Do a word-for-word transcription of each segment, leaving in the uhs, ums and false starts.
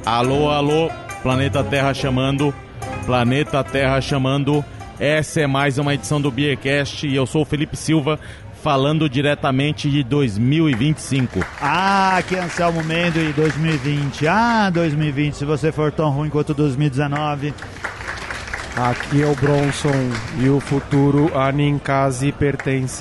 Alô, alô, Planeta Terra chamando, Planeta Terra chamando. Essa é mais uma edição do Beercast e eu sou o Felipe Silva, falando diretamente de dois mil e vinte e cinco. Ah, aqui é Anselmo Mendo e dois mil e vinte. Ah, dois mil e vinte, se você for tão ruim quanto dois mil e dezenove. Aqui é o Bronson e o futuro a Ninkasi pertence.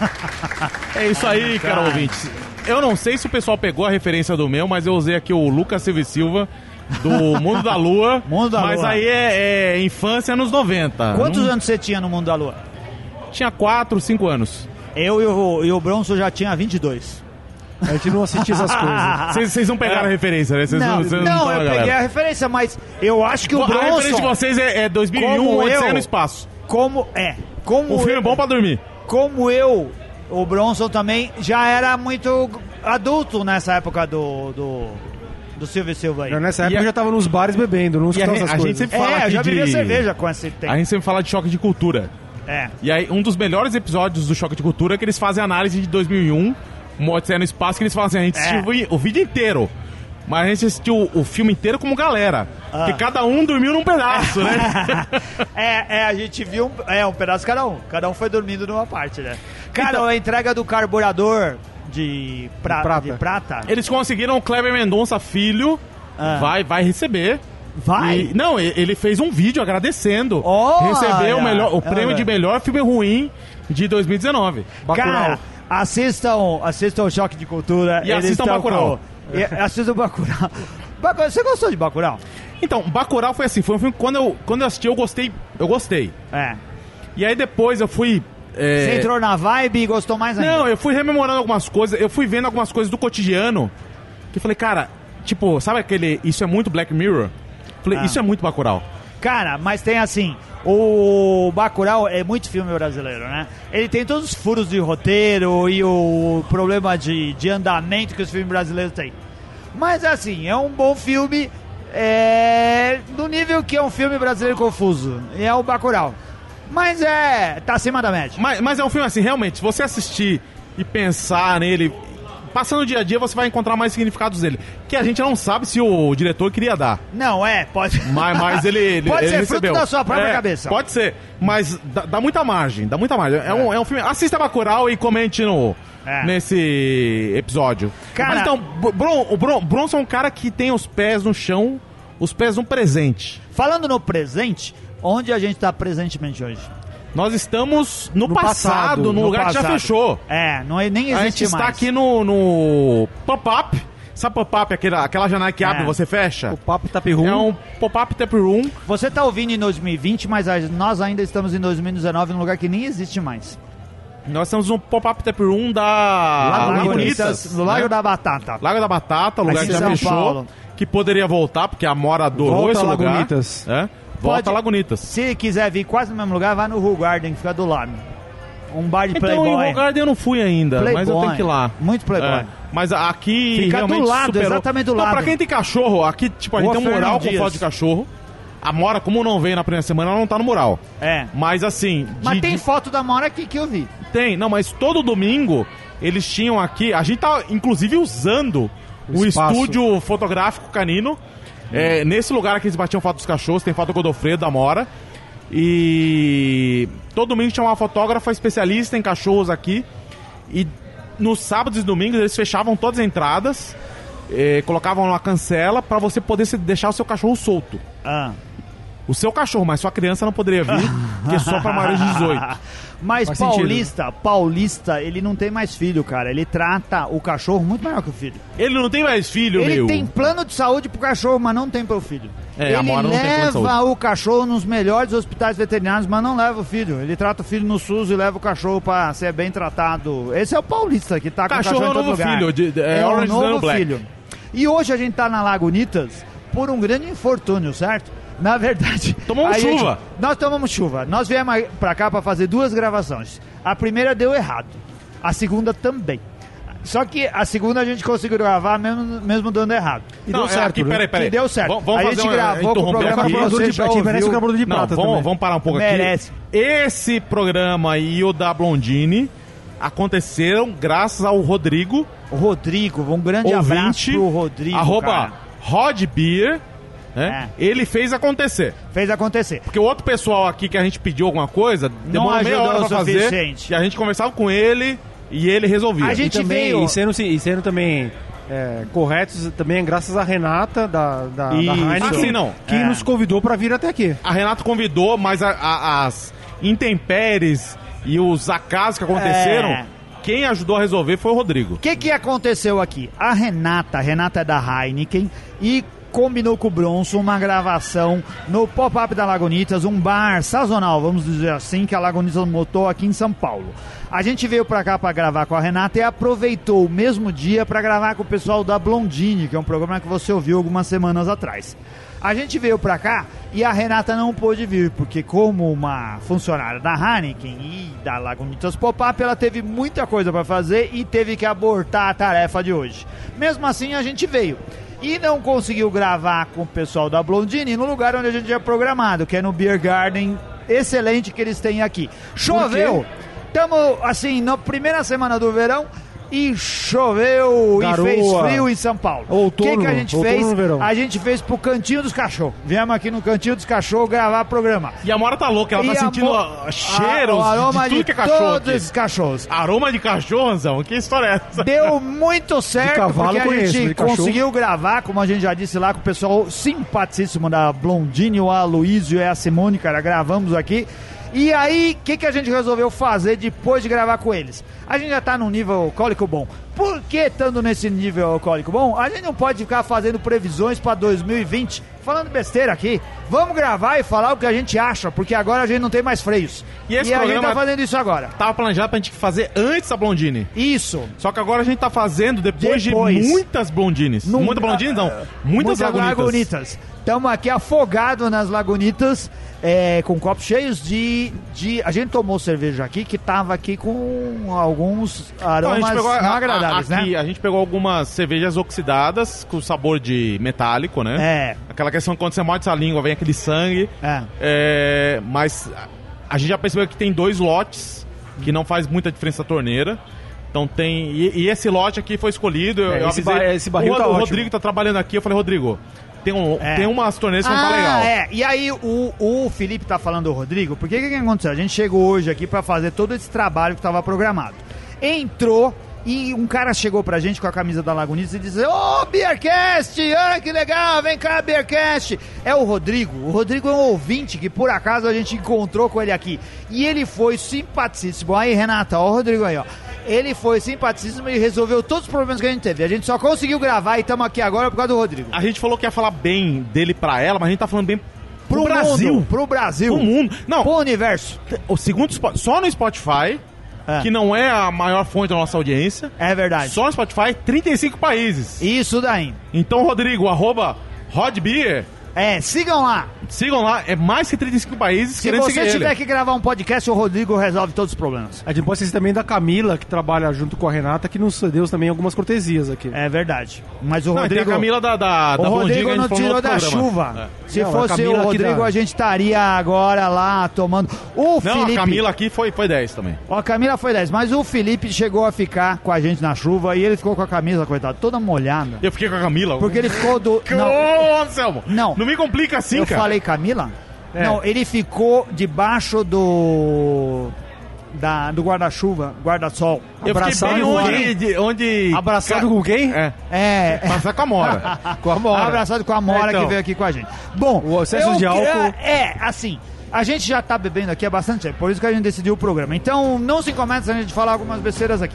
É isso aí, caro ouvinte. Eu não sei se o pessoal pegou a referência do meu, mas eu usei aqui o Lucas Silva e Silva, do Mundo da Lua. Mundo da mas Lua. aí é, é infância nos noventa. Quantos Não... anos você tinha no Mundo da Lua? Tinha quatro, cinco anos. Eu e o, e o Bronson já tinha vinte e dois. A gente não assistia essas coisas. Vocês não pegaram É. a referência, né? Cês Não, cês não, tão na eu galera. peguei a referência, mas eu acho que o A referência de Bronson... vocês é, é dois mil e um, Como Odisseia eu- no Espaço. Como é? Como Um filme eu, bom pra dormir. Como eu, o Bronson também já era muito adulto nessa época do... do... do Silvio Silva aí. Nessa época E a- eu já tava nos bares bebendo, não E a, escutava gente- essas a gente coisas. sempre fala É, eu aqui já bebia de... cerveja com esse tempo. A gente sempre fala de choque de cultura. É. E aí, um dos melhores episódios do Choque de Cultura é que eles fazem análise de dois mil e um, uma Odisseia no Espaço, que eles falam assim, a gente É. assistiu o vídeo inteiro, mas a gente assistiu o filme inteiro como galera, Ah. porque cada um dormiu num pedaço, né? é, é, a gente viu um, é, um pedaço cada um. Cada um foi dormindo numa parte, né? Cara, Então- a entrega do carburador de, pra, de prata. prata. Eles conseguiram o Kleber Mendonça Filho, Ah. vai, vai receber. Vai? E- não, e- ele fez um vídeo agradecendo. Olha! Recebeu o, melhor, o prêmio Olha. de melhor filme ruim de dois mil e dezenove. Cara, assistam, assistam o Choque de Cultura. E eles assistam estão Bacurau. com- e assistam Bacurau. Bacurau. Você gostou de Bacurau? Então, Bacurau foi assim, foi um filme que quando eu, quando eu assisti eu gostei, eu gostei. É. E aí depois eu fui... é, Você entrou na vibe e gostou mais ainda? Não, eu fui rememorando algumas coisas, eu fui vendo algumas coisas do cotidiano, que eu falei, cara, tipo, sabe aquele, isso é muito Black Mirror? Falei, Ah. isso é muito Bacurau. Cara, mas tem assim, o Bacurau é muito filme brasileiro, né? Ele tem todos os furos de roteiro e o problema de, de andamento que os filmes brasileiros têm. Mas assim, é um bom filme é, no nível que é um filme brasileiro confuso. E é o Bacurau. Mas é, tá acima da média. Mas, mas é um filme assim, realmente, se você assistir e pensar nele, passando o dia a dia, você vai encontrar mais significados dele. Que a gente não sabe se o diretor queria dar. Não, é, pode... Mas, mas ele, ele Pode ele ser fruto recebeu. da sua própria É, cabeça. Pode ser, mas dá, dá muita margem, dá muita margem. É, Um, é um filme. Assista Bacurau e comente no, É. nesse episódio. Cara- Mas então, Br- Bron, o Bron, Bronson é um cara que tem os pés no chão, os pés no presente. Falando no presente, onde a gente tá presentemente hoje? Nós estamos no, No passado, passado, num no lugar que já passado. fechou. É, não, é- nem existe A gente está mais. aqui no, no pop-up. Sabe pop-up? Aquela, aquela janela que abre É. e você fecha? O papo tap room. É um pop-up tap room. Você tá ouvindo em dois mil e vinte, mas a- nós ainda estamos em dois mil e dezenove, num lugar que nem existe mais. Nós temos um pop-up tap room da Lagunitas. no Lago né? da Batata. Lago da Batata, lugar Aqui que em já São fechou. Paulo. Que poderia voltar, porque a Mora adorou Volta esse lugar. Lagunitas. É? Volta Pode- Lagunitas. Se quiser vir quase no mesmo lugar, vai no Rue Garden, que fica do lado. Um bar de Então, Playboy. em Rogarden eu não fui ainda, Playboy. mas eu tenho que ir lá. Muito Playboy. É, mas aqui Fica do realmente lado, superou. exatamente do Não, lado. pra quem tem cachorro, aqui tipo, a gente Rua tem um mural Fernão com Dias. foto de cachorro. A Mora, como não veio na primeira semana, ela não tá no mural. É. Mas assim... Mas de- tem de- foto da Mora aqui que eu vi. Tem, não, mas todo domingo eles tinham aqui... A gente tá, inclusive, usando o, O espaço. estúdio fotográfico canino. É, nesse lugar aqui eles batiam foto dos cachorros, tem foto do Godofredo, da Mora. E todo domingo tinha uma fotógrafa especialista em cachorros aqui. E nos sábados e domingos eles fechavam todas as entradas, eh, colocavam uma cancela pra você poder se- deixar o seu cachorro solto. Ah. O seu cachorro, mas sua criança não poderia vir, porque é só pra maiores de dezoito. Mas Faz paulista, paulista, ele não tem mais filho, cara. Ele trata o cachorro muito melhor que o filho. Ele não tem mais filho, Ele meu. tem plano de saúde pro cachorro, mas não tem pro filho. É, ele a Mora não tem plano de leva o cachorro nos melhores hospitais veterinários, mas não leva o filho. Ele trata o filho no SUS e leva o cachorro pra ser bem tratado. Esse é o paulista que tá com Cachorro o cachorro é o em todo novo lugar. filho, de- de- é é o Orange is the New novo Black. filho. E hoje a gente tá na Lagunitas por um grande infortúnio, certo? Na verdade... Tomamos a gente- chuva. nós tomamos chuva. Nós viemos pra cá pra fazer duas gravações. A primeira deu errado. A segunda também. Só que a segunda a gente conseguiu gravar mesmo, mesmo dando errado. E Não, deu é certo, aqui, né? peraí, peraí. Que deu certo. Vamos, vamos A fazer gente uma- gravou com o interromper programa aqui. pra Carbonador você de já prata, merece ouviu. o carbonador de Não, prata vamos, também. vamos parar um pouco Merece. aqui. Esse programa e o da Blondine aconteceram graças ao Rodrigo, O Rodrigo, um grande abraço ouvinte, pro Rodrigo, arroba cara. Rod Beer, né? É. Ele fez acontecer. Fez acontecer. Porque o outro pessoal aqui que a gente pediu alguma coisa, demorou meia hora pra fazer. Suficiente. E a gente conversava com ele e ele resolvia. A gente e também, veio... E sendo, e sendo também é, corretos, também graças a Renata da, da, da Heineken, ah, sim, não. que É. nos convidou pra vir até aqui. A Renata convidou, mas a, a, as intempéries e os acasos que aconteceram, É. quem ajudou a resolver foi o Rodrigo. O que, que aconteceu aqui? A Renata, a Renata é da Heineken e combinou com o Bronson uma gravação no Pop-Up da Lagunitas, um bar sazonal, vamos dizer assim, que a Lagunitas montou aqui em São Paulo. A gente veio pra cá pra gravar com a Renata e aproveitou o mesmo dia pra gravar com o pessoal da Blondine, que é um programa que você ouviu algumas semanas atrás. A gente veio pra cá e a Renata não pôde vir, porque como uma funcionária da Heineken e da Lagunitas Pop-Up, ela teve muita coisa pra fazer e teve que abortar a tarefa de hoje. Mesmo assim, a gente veio. E não conseguiu gravar com o pessoal da Blondine no lugar onde a gente tinha programado, que é no Beer Garden excelente que eles têm aqui. Choveu! Estamos, assim, na primeira semana do verão e choveu Garoa. e fez frio em São Paulo. O Outono, que, que a gente outono fez? no verão. A gente fez pro Cantinho dos Cachorros. Viemos aqui no Cantinho dos Cachorros gravar programa. E a Mora tá louca, ela E tá a sentindo mo- a- cheiros a- o aroma de tudo de que é cachorro todos aqui. esses cachorros. Aroma de cachorro, Anzão? Que história é essa? Deu muito certo, cavalo porque a conheço, gente de cachorro. conseguiu gravar, como a gente já disse lá, com o pessoal simpaticíssimo da Blondine, o Aloysio e a Simone, cara, gravamos aqui. E aí, o que, que a gente resolveu fazer depois de gravar com eles? A gente já tá num nível alcoólico bom. Por que estando nesse nível alcoólico bom? A gente não pode ficar fazendo previsões para dois mil e vinte, falando besteira aqui. Vamos gravar e falar o que a gente acha, porque agora a gente não tem mais freios. E esse a gente programa- tá fazendo isso agora. Tava planejado pra gente fazer antes da Blondine. Isso. Só que agora a gente tá fazendo depois, Depois. de muitas Blondines. Num- Muitas Blondines não, muitas, Lagunitas. Lagunitas. Estamos aqui afogados nas Lagunitas, é, com copos cheios de, de... A gente tomou cerveja aqui que tava aqui com alguns Não, a aromas gente pegou, a- não a- agradáveis, aqui, né? a gente pegou algumas cervejas oxidadas com sabor de metálico, né? É, Aquela questão que quando você morde essa língua vem aquele sangue. é. É, mas a- a gente já percebeu que tem dois lotes que não faz muita diferença a torneira. Então tem. E, e esse lote aqui foi escolhido. Eu, É, eu esse avisei. ba- esse barril o, tá o ótimo. Rodrigo tá trabalhando aqui. Eu falei, Rodrigo, tem, um, É. tem umas torneiras que não tá Ah, legal. é. E aí o, o Felipe tá falando do Rodrigo, porque o que, que aconteceu? A gente chegou hoje aqui pra fazer todo esse trabalho que tava programado. Entrou e um cara chegou pra gente com a camisa da Lagunitas e disse: Ô, Beercast, olha que legal, vem cá, Beercast. É o Rodrigo. O Rodrigo é um ouvinte que por acaso a gente encontrou com ele aqui. E ele foi simpaticíssimo. Aí, Renata, ó o Rodrigo aí, ó. Ele foi simpaticíssimo e resolveu todos os problemas que a gente teve. A gente só conseguiu gravar e estamos aqui agora por causa do Rodrigo. A gente falou que ia falar bem dele pra ela, mas a gente tá falando bem pro, Pro Brasil. mundo, pro Brasil. Pro mundo. Não, Pro universo. o segundo Spo- só no Spotify, É. que não é a maior fonte da nossa audiência. É verdade. Só no Spotify, trinta e cinco países. Isso daí. Então, Rodrigo, arroba Rodbeer, É, sigam lá. sigam lá, é mais que trinta e cinco países Se querendo você seguir tiver ele. que gravar um podcast, o Rodrigo resolve todos os problemas. A gente pode esquecer também da Camila, que trabalha junto com a Renata, que nos deu também algumas cortesias aqui. É verdade. Mas o Não, Rodrigo... tem a Camila da, da, O da Blondine, Rodrigo que a não gente falou no tirou outro da programa. chuva. É. Se Não, a fosse Camila o aqui Rodrigo, da- a gente estaria agora lá tomando... O Não, Felipe... a Camila aqui foi, foi dez também. Ó, a Camila foi dez, mas o Felipe chegou a ficar com a gente na chuva e ele ficou com a camisa, coitado, toda molhada. Eu fiquei com a Camila. Porque ele ficou do... Que Não, Ô, Anselmo! Não. Não me complica assim, eu cara. falei Camila? É. Não, ele ficou debaixo do... Da, do guarda-chuva, guarda-sol. Eu fiquei abraçado bem com onde... quem? de- onde Abraçado com quem? É, É... passar com a Mora. Com a Mora. Abraçado com a Mora Então. que veio aqui com a gente. Bom, O excesso eu de que- álcool- É, assim, a gente já tá bebendo aqui há bastante tempo, por isso que a gente decidiu o programa. Então, não se incomode se a gente falar algumas besteiras aqui.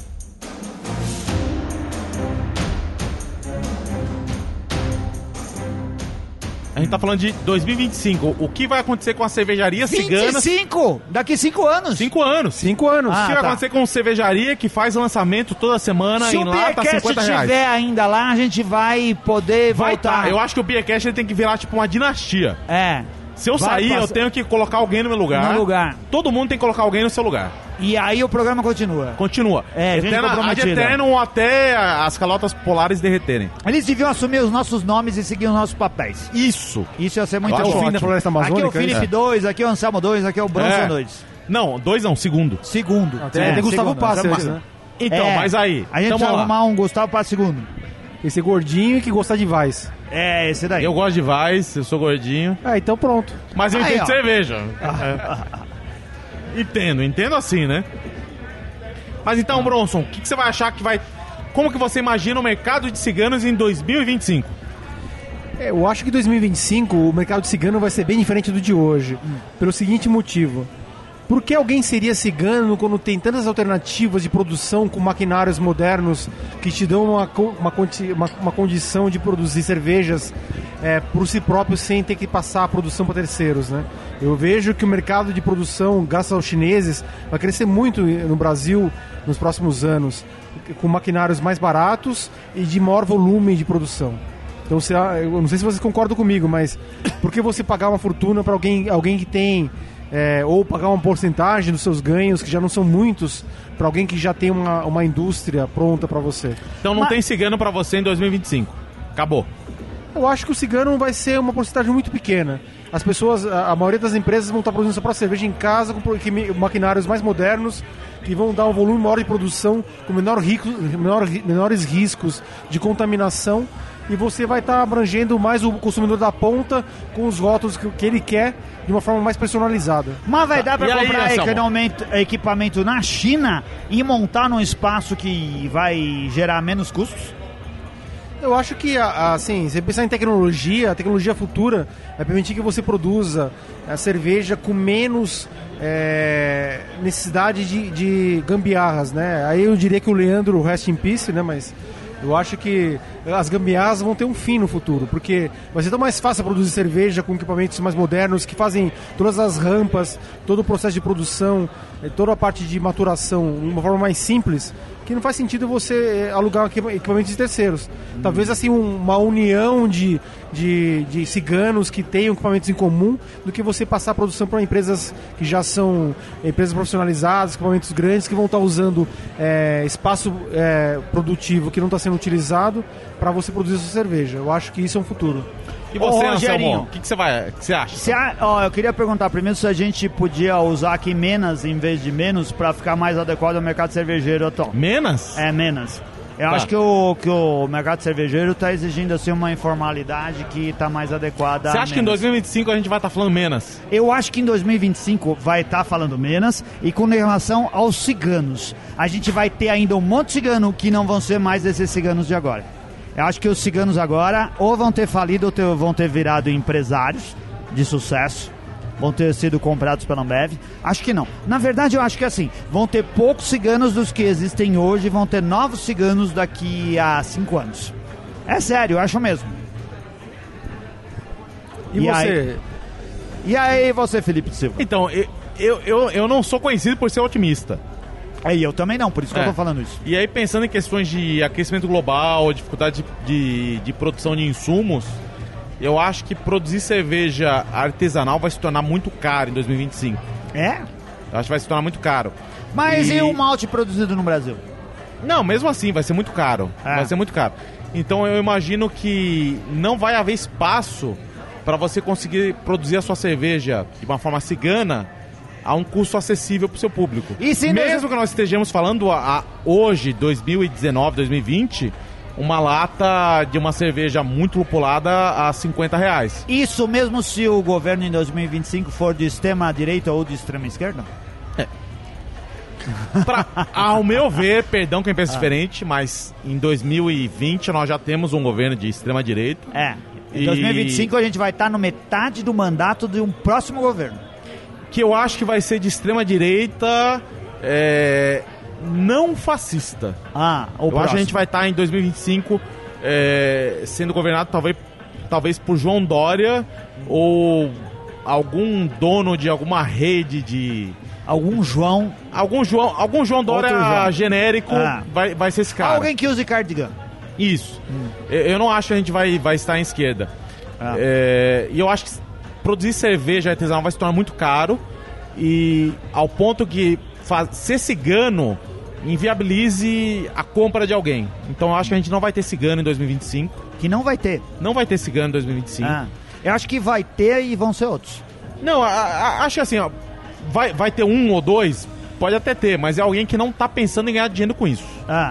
A gente tá falando de dois mil e vinte e cinco. O que vai acontecer com a cervejaria cigana? vinte e cinco! Daqui cinco anos! Cinco anos. Cinco anos. O Ah, que vai tá. acontecer com cervejaria que faz lançamento toda semana Se em o lata Beercast cinquenta reais? estiver ainda lá, a gente vai poder Vai voltar. tá. Eu acho que o Beercast ele tem que virar tipo uma dinastia. É. Se eu Vai sair, eu passar- tenho que colocar alguém no meu lugar. No lugar. Todo mundo tem que colocar alguém no seu lugar. E aí o programa continua. Continua. É, gente Eterna, ad comprometida. eternum até as calotas polares derreterem. Eles deviam assumir os nossos nomes e seguir os nossos papéis. Isso. Isso ia ser muito Eu acho bom. O fim da Floresta Aqui é o Amazônica. Felipe é. dois, aqui é o Anselmo dois, aqui é o Bronson É. dois. Não, dois não, segundo. Segundo. Tem, tem Gustavo segundo, Passe Anselmo antes, Passe. né? Então, É, mas aí. A gente tamo precisa lá. arrumar um Gustavo para segundo. Tem que ser gordinho e que gostar de Weiss. É, esse daí. Eu gosto de Weiss, eu sou gordinho. Ah, então pronto. Mas eu Aí, entendo ó. de cerveja. É. Entendo, entendo assim, né? Mas então, Bronson, o que, que você vai achar que vai... Como que você imagina o mercado de ciganos em dois mil e vinte e cinco? É, eu acho que em dois mil e vinte e cinco o mercado cigano vai ser bem diferente do de hoje. Hum. Pelo seguinte motivo. Por que alguém seria cigano quando tem tantas alternativas de produção com maquinários modernos que te dão uma, uma, uma, uma condição de produzir cervejas é, por si próprio sem ter que passar a produção para terceiros, né? Eu vejo que o mercado de produção, graças aos chineses, vai crescer muito no Brasil nos próximos anos, com maquinários mais baratos e de maior volume de produção. Então, você, eu não sei se vocês concordam comigo, mas por que você pagar uma fortuna para alguém, alguém que tem... É, ou pagar uma porcentagem dos seus ganhos, que já não são muitos, para alguém que já tem uma, uma indústria pronta para você? Então não Mas... tem cigano para você em dois mil e vinte e cinco. Acabou. Eu acho que o cigano vai ser uma porcentagem muito pequena. As pessoas, a, a maioria das empresas vão estar produzindo sua própria cerveja em casa com maquinários mais modernos que vão dar um volume maior de produção com menor rico, menor, menores riscos de contaminação, e você vai estar abrangendo mais o consumidor da ponta com os rótulos que, que ele quer de uma forma mais personalizada. Mas vai dar E para aí, comprar Anselmo? equipamento, equipamento na China e montar num espaço que vai gerar menos custos? Eu acho que, assim, se você pensar em tecnologia, a tecnologia futura vai permitir que você produza a cerveja com menos é, necessidade de, de gambiarras, né? Aí eu diria que o Leandro, rest in peace, né? Mas eu acho que as gambiarras vão ter um fim no futuro, porque vai ser tão mais fácil produzir cerveja com equipamentos mais modernos, que fazem todas as rampas, todo o processo de produção, toda a parte de maturação de uma forma mais simples, que não faz sentido você alugar equipamentos de terceiros. Hum. Talvez assim uma união de, de, de ciganos que tenham equipamentos em comum, do que você passar a produção para empresas que já são empresas profissionalizadas, equipamentos grandes, que vão estar usando é, espaço é, produtivo que não está sendo utilizado para você produzir sua cerveja. Eu acho que isso é um futuro. E você, Ô, Anselmo, Rogerinho, o que, que você vai, que você acha? Se a, ó, eu queria perguntar primeiro se a gente podia usar aqui menos em vez de menos para ficar mais adequado ao mercado cervejeiro atual. Menos? É, menos. Eu Tá. acho que o, que o mercado cervejeiro está exigindo assim, uma informalidade que está mais adequada. Você a acha que em menos. dois mil e vinte e cinco a gente vai estar falando menos? Eu acho que em dois mil e vinte e cinco vai estar falando menos, e com relação aos ciganos, a gente vai ter ainda um monte de cigano que não vão ser mais esses ciganos de agora. Eu acho que os ciganos agora ou vão ter falido ou ter, vão ter virado empresários de sucesso, vão ter sido comprados pela Ambev. Acho que não. Na verdade, eu acho que assim, vão ter poucos ciganos dos que existem hoje, vão ter novos ciganos daqui a cinco anos. É sério, eu acho mesmo. E, E você? aí? E aí, você, Felipe Silva? Então, eu, eu, eu, eu não sou conhecido por ser otimista. Aí, eu também não, por isso que É. eu tô falando isso. E aí, pensando em questões de aquecimento global, dificuldade de, de, de produção de insumos, eu acho que produzir cerveja artesanal vai se tornar muito caro em dois mil e vinte e cinco. É? Eu acho que vai se tornar muito caro. Mas e, E- o malte produzido no Brasil? Não, mesmo assim, vai ser muito caro. É. Vai ser muito caro. Então eu imagino que não vai haver espaço para você conseguir produzir a sua cerveja de uma forma cigana a um custo acessível para o seu público. E se Mesmo nós- que nós estejamos falando a, a hoje, dois mil e dezenove, dois mil e vinte, uma lata de uma cerveja muito lupulada a cinquenta reais. Isso mesmo se o governo em dois mil e vinte e cinco for de extrema direita ou de extrema esquerda? Pra, ao meu ver, perdão quem Ah. pensa diferente, mas em dois mil e vinte nós já temos um governo de extrema direita. É. Em E- dois mil e vinte e cinco a gente vai estar no metade do mandato de um próximo governo. Que eu acho que vai ser de extrema direita, é, não fascista. Ah, o eu próximo. acho que a gente vai estar em dois mil e vinte e cinco é, sendo governado talvez, talvez por João Dória ou algum dono de alguma rede de... Algum João. Algum João, algum João Dória Outro João. genérico Ah. vai, vai ser esse cara. Alguém que use cardigan. Isso. Eu, eu não acho que a gente vai, vai estar em esquerda. Ah. É, e eu acho que produzir cerveja artesanal vai se tornar muito caro. E ao ponto que faz, ser cigano inviabilize a compra de alguém. Então eu acho que a gente não vai ter cigano em dois mil e vinte e cinco. Que não vai ter. Não vai ter cigano em dois mil e vinte e cinco. Ah. Eu acho que vai ter e vão ser outros. Não, a- a- acho que assim, ó, vai, vai ter um ou dois, pode até ter, mas é alguém que não tá pensando em ganhar dinheiro com isso. Ah.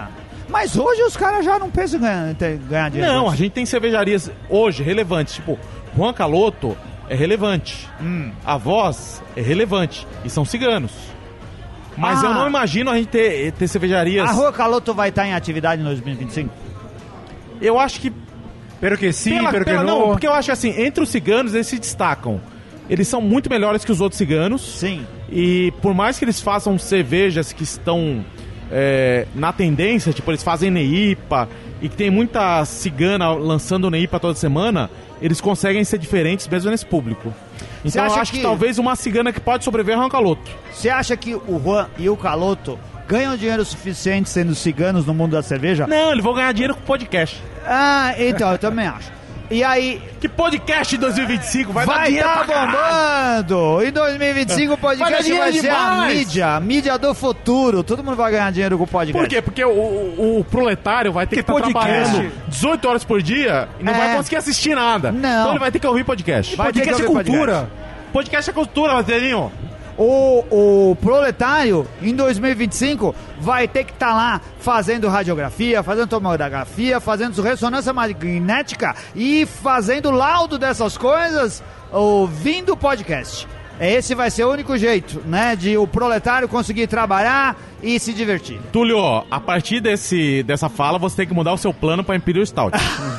Mas hoje os caras já não pensam em ganhar, em ganhar dinheiro. Não, a gente tem cervejarias hoje relevantes, tipo, Juan Caloto é relevante, Hum. a Voz é relevante, e são ciganos. Mas Ah. eu não imagino a gente ter, ter cervejarias... A Rua Caloto vai estar em atividade em dois mil e vinte e cinco? Eu acho que... Pero que sim, pela- pero que pela- não. não, porque eu acho que assim, entre os ciganos eles se destacam. Eles são muito melhores que os outros ciganos. Sim. E por mais que eles façam cervejas que estão é, na tendência, tipo, eles fazem Neipa e que tem muita cigana lançando Neipa toda semana, eles conseguem ser diferentes mesmo nesse público. Você Então eu acha acho que... que- talvez uma cigana que pode sobreviver é um caloto. Você acha que o Juan e o Caloto ganham dinheiro suficiente sendo ciganos no mundo da cerveja? Não, eles vão ganhar dinheiro com podcast. Ah, então, eu também acho. E aí, Que podcast em dois mil e vinte e cinco vai, dar vai dinheiro estar pra caralho. bombando! Em dois mil e vinte e cinco o Vai dar podcast dinheiro vai, ser a demais. mídia, a mídia do futuro. Todo mundo vai ganhar dinheiro com o podcast. Por quê? Porque o, o, o proletário vai ter que Que estar podcast? trabalhando dezoito horas por dia e não É. vai conseguir assistir nada. Não. Então ele vai ter que ouvir podcast. Vai ter que Podcast é ouvir cultura. podcast. Podcast é cultura, Roteirinho. O, o proletário, em dois mil e vinte e cinco, vai ter que estar lá fazendo radiografia, fazendo tomografia, fazendo ressonância magnética e fazendo laudo dessas coisas, ouvindo podcast. Esse vai ser o único jeito, né, de o proletário conseguir trabalhar e se divertir. Túlio, a partir desse, dessa fala, você tem que mudar o seu plano pra Imperial Stout.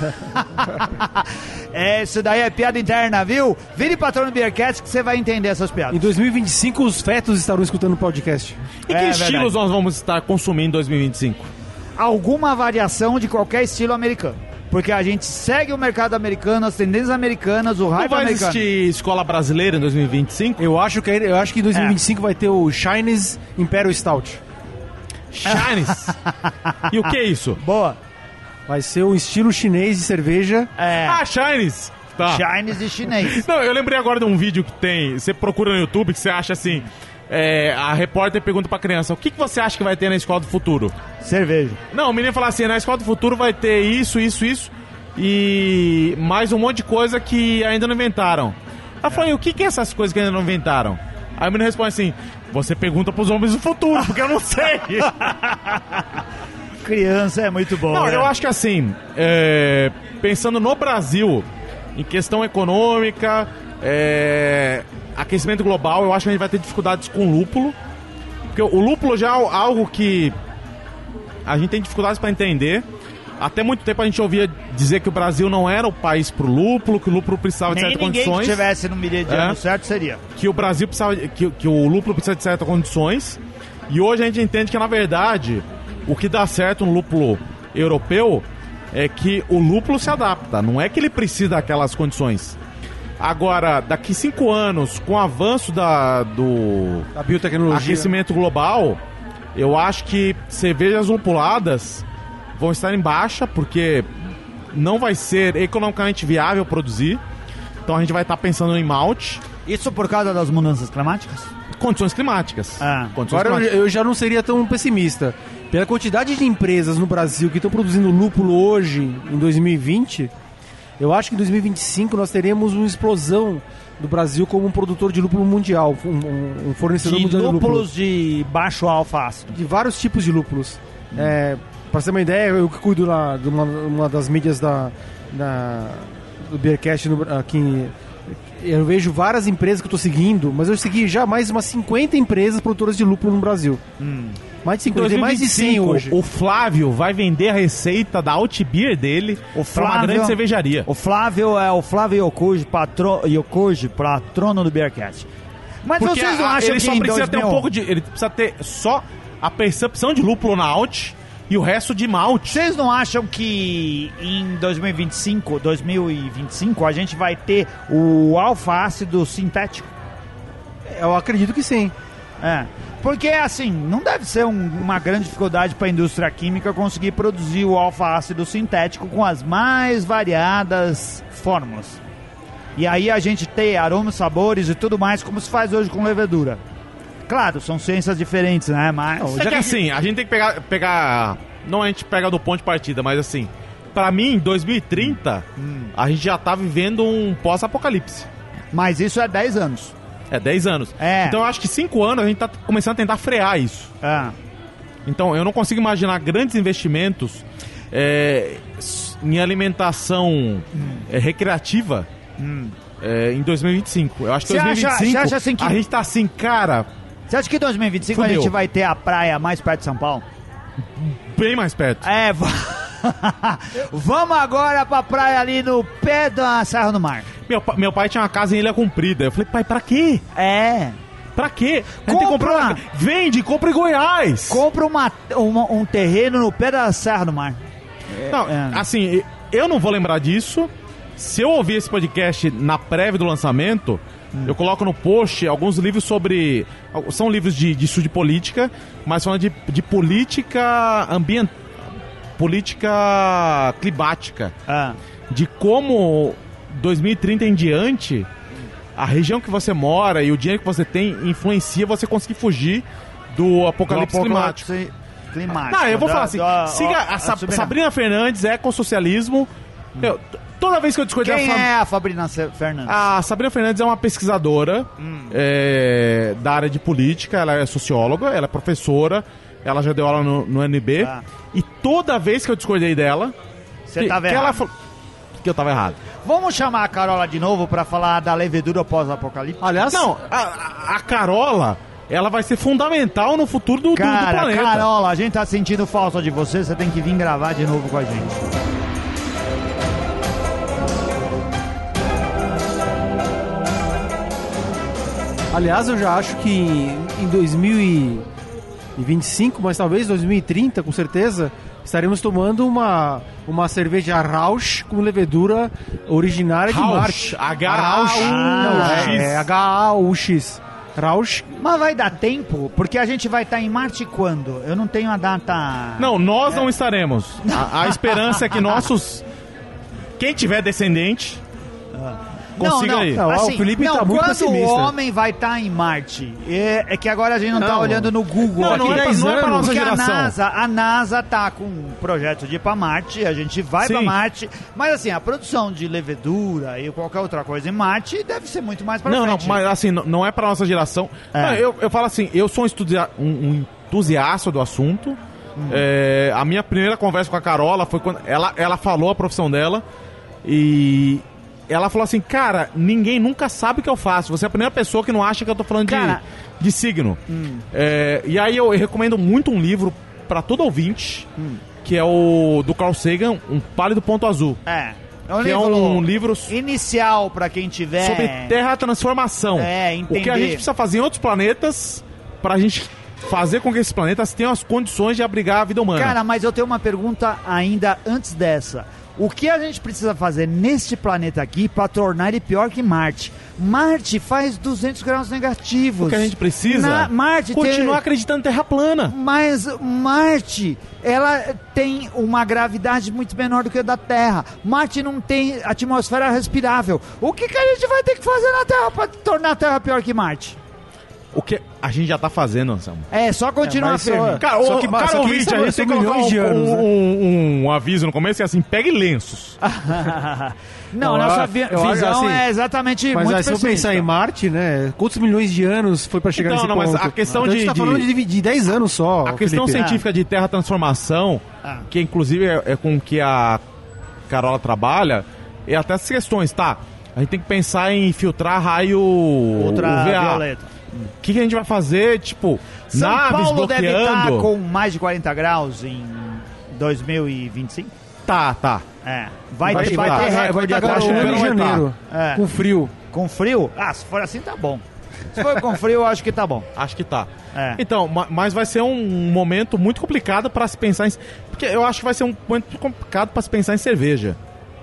Isso daí é piada interna, viu? Vire patrão do Beercast que você vai entender essas piadas. Em dois mil e vinte e cinco, os fetos estarão escutando o podcast. E É que verdade. estilos nós vamos estar consumindo em dois mil e vinte e cinco? Alguma variação de qualquer estilo americano. Porque a gente segue o mercado americano, as tendências americanas, o Não hype vai americano. existir escola brasileira em dois mil e vinte e cinco? Eu acho que, eu acho que em dois mil e vinte e cinco É. vai ter o Chinese Imperial Stout. Shines. E o que é isso? Boa. Vai ser um estilo chinês de cerveja. É. Ah, Shines. Tá. Chinese e chinês. Não, eu lembrei agora de um vídeo que tem. Você procura no YouTube que você acha assim. É, a repórter pergunta pra criança: o que, que você acha que vai ter na escola do futuro? Cerveja. Não, o menino fala assim: na escola do futuro vai ter isso, isso, isso e mais um monte de coisa que ainda não inventaram. Ela falou: e o que, que é essas coisas que ainda não inventaram? Aí o menino responde assim: você pergunta pros homens do futuro, porque eu não sei. Criança é muito bom. Não, né? eu acho que assim, é, pensando no Brasil, em questão econômica, é, aquecimento global, eu acho que a gente vai ter dificuldades com o lúpulo. Porque o lúpulo já é algo que a gente tem dificuldades para entender. Até muito tempo a gente ouvia dizer que o Brasil não era o país pro lúpulo, que o lúpulo precisava de Nem certas ninguém condições. que estivesse no meridiano É. certo seria. Que o Brasil precisava, que, que o lúpulo precisa de certas condições. E hoje a gente entende que, na verdade, o que dá certo no lúpulo europeu é que o lúpulo se adapta. Não é que ele precisa daquelas condições. Agora, daqui cinco anos, com o avanço da, do A biotecnologia. aquecimento global, eu acho que cervejas lupuladas vão estar em baixa, porque não vai ser economicamente viável produzir. Então a gente vai estar pensando em malte. Isso por causa das mudanças climáticas? Condições climáticas. Ah. Condições Agora eu, climáticas. eu já não seria tão pessimista. Pela quantidade de empresas no Brasil que estão produzindo lúpulo hoje, em dois mil e vinte, eu acho que em dois mil e vinte e cinco nós teremos uma explosão do Brasil como um produtor de lúpulo mundial, um, um- um fornecedor De mundial de lúpulo. lúpulos de baixo alfa-ácido. De vários tipos de lúpulos. É, pra você ter uma ideia, eu que cuido lá de uma, uma das mídias da, da- do Beercast no- aqui. Eu vejo várias empresas que eu tô seguindo, mas eu segui já mais umas cinquenta empresas produtoras de lúpulo no Brasil. Mais de Em cinquenta, tem mais de cem hoje. o Flávio vai vender a receita da Altbier dele O pra uma Flávio- grande cervejaria. O Flávio é o Flávio Yokuji, patro, Yokuji, patrono do Beercast. Mas Porque vocês não a- acham ele que só em precisa dois ter mil... um pouco de... Ele precisa ter só a percepção de lúpulo na Alt e o resto de malte. Vocês não acham que em dois mil e vinte e cinco, dois mil e vinte e cinco a gente vai ter o alfa-ácido sintético? Eu acredito que sim. É. Porque, assim, não deve ser um- uma grande dificuldade para a indústria química conseguir produzir o alfa-ácido sintético com as mais variadas fórmulas. E aí a gente tem aromas, sabores e tudo mais, como se faz hoje com levedura. Claro, são ciências diferentes, né? Mas... É que assim, a gente tem que pegar, pegar... Não a gente pega do ponto de partida, mas assim... Pra mim, em dois mil e trinta, a gente já tá vivendo um pós-apocalipse. Mas isso é dez anos. É dez anos. É. Então eu acho que cinco anos a gente tá começando a tentar frear isso. É. Então eu não consigo imaginar grandes investimentos é, em alimentação hum. é, recreativa hum. é, em dois mil e vinte e cinco. Eu acho que Cê dois mil e vinte e cinco acha, acha assim que... a gente tá assim, cara... Você acha que em dois mil e vinte e cinco fudeu. A gente vai ter a praia mais perto de São Paulo? Bem mais perto. É, v... vamos agora pra praia ali no pé da Serra do Mar. Meu, meu pai tinha uma casa em Ilha Comprida. Eu falei, pai, pra quê? É... Pra quê? A gente tem que comprar uma... Vende, compra em Goiás. Compra uma, uma, um terreno no pé da Serra do Mar. Não, é. assim, eu não vou lembrar disso. Se eu ouvir esse podcast na prévia do lançamento, hum. eu coloco no post alguns livros sobre... São livros de, de estudo de política, mas falando de, de política ambiental, política climática. Ah. De como dois mil e trinta em diante... A região que você mora e o dinheiro que você tem influencia você conseguir fugir do apocalipse, do apocalipse climático. climático. Não, eu vou da, falar assim, da, siga a, a Sabrina. Sabrina Fernandes, ecossocialismo. Hum. Eu, toda vez que eu discutir... Quem a é a Sabrina Fernandes? A Sabrina Fernandes é uma pesquisadora hum. é, da área de política, ela é socióloga, ela é professora, ela já deu aula no, no N B. Ah. E toda vez que eu discordei dela... Você tava errado. Ela falou que eu tava errado. Vamos chamar a Carola de novo pra falar da levedura pós-apocalipse? Aliás, não, a, a Carola, ela vai ser fundamental no futuro do, Cara, do, do planeta. Carola, a gente tá sentindo falta de você, você tem que vir gravar de novo com a gente. Aliás, eu já acho que em dois mil e vinte e cinco, mas talvez dois mil e trinta, com certeza... Estaremos tomando uma, uma cerveja Rausch com levedura originária Rausch, de Marte. H A U X. É H A U X. Rausch. Mas vai dar tempo? Porque a gente vai estar em Marte quando? Eu não tenho a data... Não, nós é. não estaremos. A, a esperança é que nossos... Quem tiver descendente... Ah. Consiga não, não, aí. não, assim, o Felipe não, tá muito quando pessimista. o homem vai estar tá em Marte, é, é que agora a gente não, não tá olhando no Google. Não, aqui. não, é, pra, não é pra nossa Porque geração. A NASA, a NASA tá com um projeto de ir pra Marte, a gente vai Sim. pra Marte, mas assim, a produção de levedura e qualquer outra coisa em Marte deve ser muito mais pra não, frente. Não, mas assim, não, não é pra nossa geração. É. Não, eu, eu falo assim, eu sou um, estudia, um, um entusiasta do assunto. Hum. É, a minha primeira conversa com a Carola foi quando ela, ela falou a profissão dela e... Ela falou assim, cara, ninguém nunca sabe o que eu faço. Você é a primeira pessoa que não acha que eu tô falando cara, de, de signo. Hum. É, e aí eu recomendo muito um livro pra todo ouvinte, hum. que é o do Carl Sagan, Um Pálido Ponto Azul. É. É um, que livro é um livro inicial pra quem tiver... Sobre terra transformação. É, entender. O que a gente precisa fazer em outros planetas pra gente fazer com que esses planetas tenham as condições de abrigar a vida humana. Cara, mas eu tenho uma pergunta ainda antes dessa. O que a gente precisa fazer neste planeta aqui para tornar ele pior que Marte? Marte faz duzentos graus negativos. O que a gente precisa Na, Marte continuar tem... acreditando em terra plana. Mas Marte, ela tem uma gravidade muito menor do que a da Terra. Marte não tem atmosfera respirável. O que, que a gente vai ter que fazer na Terra para tornar a Terra pior que Marte? O que a gente já tá fazendo, Anselmo. É, só continuar é, firme. Cara, só que, cara, só que ouvinte, a gente tem que colocar um, de anos, um, né? um, um aviso no começo que é assim, pegue lenços. Não, não, nossa vi visão assim, é exatamente mas muito aí, se eu pensar em Marte, né, quantos milhões de anos foi pra chegar então, nesse não, ponto? Mas a questão então, de... a gente tá falando de, de dez anos só, A questão Felipe. científica ah. de terra transformação, ah. que inclusive é, é com que a Carola trabalha, é até essas questões, tá? A gente tem que pensar em filtrar raio ultravioleta. O que, que a gente vai fazer, tipo, São naves Paulo bloqueando... deve estar com mais de quarenta graus em dois mil e vinte e cinco? Tá, tá. É. Vai, vai, ter, vai, vai ter vai, vai, vai, vai até em janeiro, é. com frio. Com frio? Ah, se for assim tá bom. Se for com frio, eu acho que tá bom. Acho que tá. É. Então, mas vai ser um momento muito complicado pra se pensar em... Porque eu acho que vai ser um momento complicado pra se pensar em cerveja.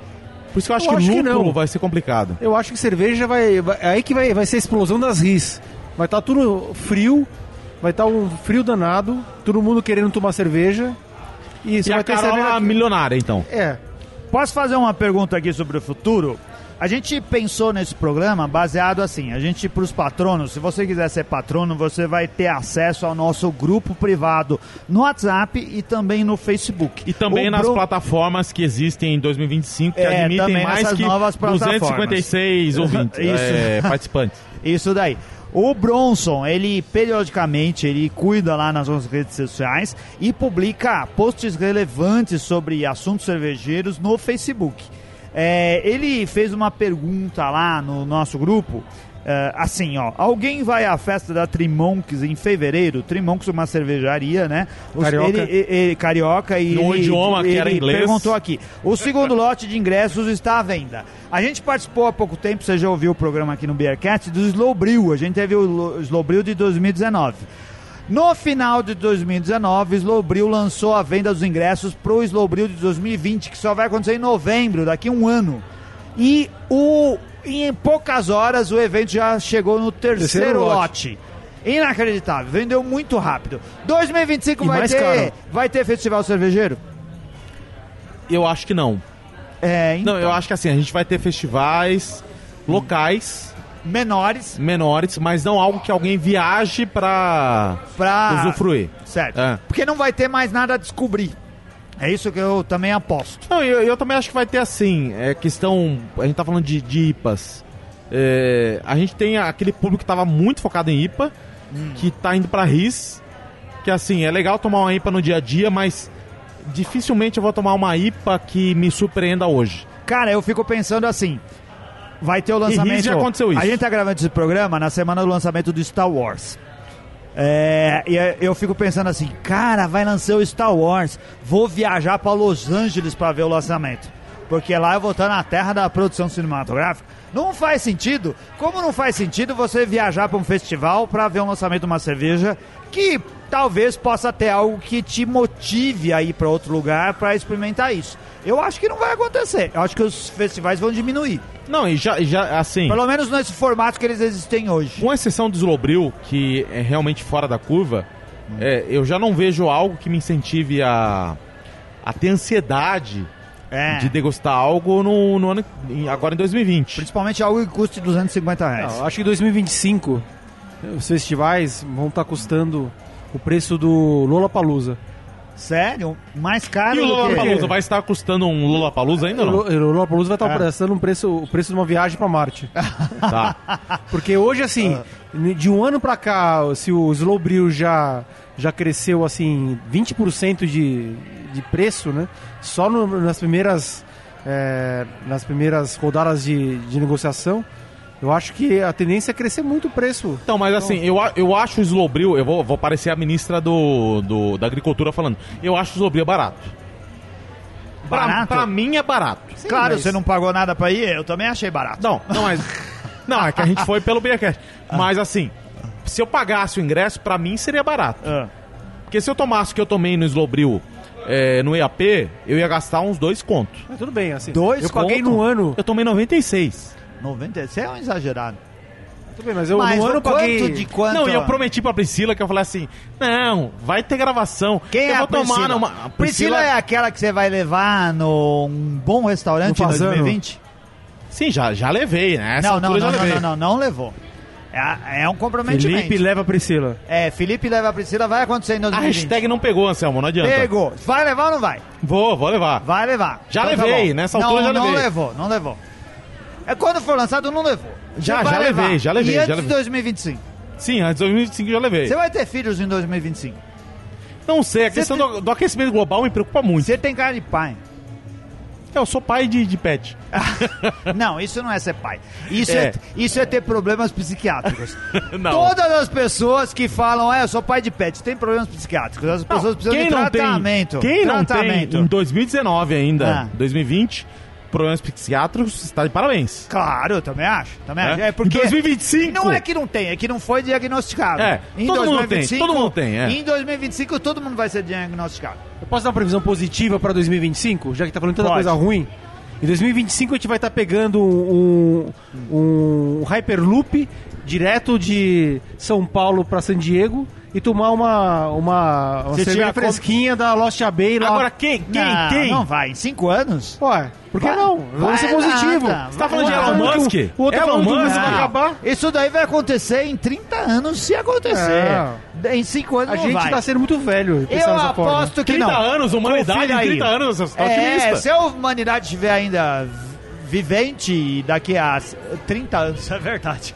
Por isso que eu acho eu que acho lúpulo que vai ser complicado. Eu acho que cerveja vai... vai é aí que vai, vai ser a explosão das ris. Vai estar tá tudo frio, vai estar tá um frio danado, todo mundo querendo tomar cerveja. E, e vai a ter Carola cerveja... milionária, então. É. Posso fazer uma pergunta aqui sobre o futuro? A gente pensou nesse programa baseado assim, a gente para os patronos, se você quiser ser patrono, você vai ter acesso ao nosso grupo privado no WhatsApp e também no Facebook. E também o nas Bru... plataformas que existem em dois mil e vinte e cinco, que é, admitem mais que novas duzentos e cinquenta e seis ouvintes, Isso. é, participantes. Isso daí. O Bronson, ele periodicamente ele cuida lá nas nossas redes sociais e publica posts relevantes sobre assuntos cervejeiros no Facebook. É, ele fez uma pergunta lá no nosso grupo, é, assim, ó, alguém vai à festa da Trimonks em fevereiro? Trimonks é uma cervejaria, né? Os, Carioca. Ele, ele, ele, carioca e No ele, idioma que ele era inglês. perguntou aqui. O segundo lote de ingressos está à venda. A gente participou há pouco tempo, você já ouviu o programa aqui no Beercast, do Slow Brew. A gente teve o Slow Brew de dois mil e dezenove. No final de dois mil e dezenove, o Slow Brew lançou a venda dos ingressos para o Slow Brew de dois mil e vinte, que só vai acontecer em novembro, daqui a um ano. E o, em poucas horas o evento já chegou no terceiro, Terceiro lote. lote. Inacreditável, vendeu muito rápido. dois mil e vinte e cinco E vai mais ter, caro. vai ter festival cervejeiro? Eu acho que não. É, então, Não, eu acho que assim, a gente vai ter festivais locais, menores menores, mas não algo que alguém viaje pra pra... usufruir. Certo. É. Porque não vai ter mais nada a descobrir. É isso que eu também aposto. Não, eu, eu também acho que vai ter assim, é questão, a gente tá falando de, de I P As. É, a gente tem aquele público que tava muito focado em I P A, hum. que tá indo pra R I S, que assim, é legal tomar uma I P A no dia a dia, mas dificilmente eu vou tomar uma I P A que me surpreenda hoje. Cara, eu fico pensando assim, vai ter o lançamento... E R I S já aconteceu isso. A gente tá gravando esse programa na semana do lançamento do Star Wars. É, e eu fico pensando assim, cara, vai lançar o Star Wars, vou viajar para Los Angeles para ver o lançamento, porque lá eu vou estar na terra da produção cinematográfica. Não faz sentido. Como não faz sentido você viajar para um festival para ver um lançamento de uma cerveja que talvez possa ter algo que te motive a ir para outro lugar para experimentar isso? Eu acho que não vai acontecer. Eu acho que os festivais vão diminuir. Não, e já, já assim... Pelo menos nesse formato que eles existem hoje. Com exceção do Slow Brew, que é realmente fora da curva, hum. é, eu já não vejo algo que me incentive a, a ter ansiedade é. de degustar algo no, no ano, agora em dois mil e vinte. Principalmente algo que custe duzentos e cinquenta reais. Não, acho que em dois mil e vinte e cinco os festivais vão estar custando o preço do Lollapalooza. Sério? Mais caro e o do Lollapalooza que... vai estar custando um Lollapalooza ainda ou não? O Lollapalooza vai estar É. prestando um preço, o preço de uma viagem para Marte. Tá. Porque hoje, assim, de um ano para cá, se o Slow Brew já, já cresceu, assim, vinte por cento de, de preço, né? Só no, nas primeiras é, nas primeiras rodadas de, de negociação, eu acho que a tendência é crescer muito o preço. Então, mas assim, eu, eu acho o Slow Brew, eu vou, vou parecer a ministra do, do, da Agricultura falando, eu acho o Slow Brew barato. Pra, Barato? pra mim é barato. Sim, claro, mas- você não pagou nada pra ir, eu também achei barato. Não, não, mas... Não, é que a gente foi pelo Beercast. Mas assim, se eu pagasse o ingresso, pra mim seria barato. Ah. Porque se eu tomasse o que eu tomei no Slow Brew é, no E A P, eu ia gastar uns dois contos. Mas tudo bem, assim. Dois eu paguei conto? no ano. Eu tomei noventa e seis. noventa, você é um exagerado. Tudo bem, mas eu Mas no ano o eu paguei. quanto de quanto? Não, e eu prometi pra Priscila que eu falei assim, não, vai ter gravação. Quem eu é vou a Priscila? tomar numa... A Priscila é aquela que você vai levar num bom restaurante No em Fazano. dois mil e vinte? Sim, já, já levei, né? Essa Não, não, altura não, já não, levei. não, não, não levou. É, é um comprometimento. Felipe leva a Priscila. É, Felipe leva a Priscila, vai acontecer em dois A mil e vinte. hashtag não pegou, Anselmo, não adianta. Pegou. Vai levar ou não vai? Vou, vou levar. Vai levar. Já Então tá levei, bom. nessa altura não, já Não levei. levou, não levou. É quando for lançado, não levou. Já, Você vai já levar. levei, já levei, E já antes levei. de dois mil e vinte e cinco? Sim, antes de dois mil e vinte e cinco já levei. Você vai ter filhos em dois mil e vinte e cinco? Não sei, a Você questão tem- do, do aquecimento global me preocupa muito. Você tem cara de pai. Eu sou pai de, de pet. Não, isso não é ser pai. Isso é, É. isso é ter problemas psiquiátricos. Não. Todas as pessoas que falam, é, eu sou pai de pet, tem problemas psiquiátricos. As pessoas precisam quem de não tratamento. tem, quem não tratamento. tem em dois mil e dezenove ainda, Ah. dois mil e vinte, problemas psiquiátricos, está de parabéns. Claro, eu também acho. Também É? acho. É porque Em dois mil e vinte e cinco. não é que não tem, é que não foi diagnosticado. É, em todo mundo tem, 2025, todo mundo tem, é. Em dois mil e vinte e cinco todo mundo vai ser diagnosticado. Eu posso dar uma previsão positiva para dois mil e vinte e cinco? Já que tá falando tanta Pode. coisa ruim. Em dois mil e vinte e cinco a gente vai estar pegando um, um, um Hyperloop direto de São Paulo para San Diego e tomar uma, uma, uma Você cerveja tira a fresquinha da Lost Abbey lá. Agora, quem? Quem? não, quem? não vai. Em cinco anos? Ué, por que Vai- não? Vai ser vai positivo. nada. Você tá falando de Vai Elon nada. Musk? O outro tá Elon falando que o mundo Musk? vai acabar. Isso daí vai acontecer em trinta anos, se acontecer. Em cinco anos A não gente vai. tá sendo muito velho Eu pensar dessa forma. aposto que trinta não. anos, humanidade, Confira em aí. trinta anos, você tá É, otimista. se a humanidade estiver ainda vivente daqui a trinta anos, é verdade.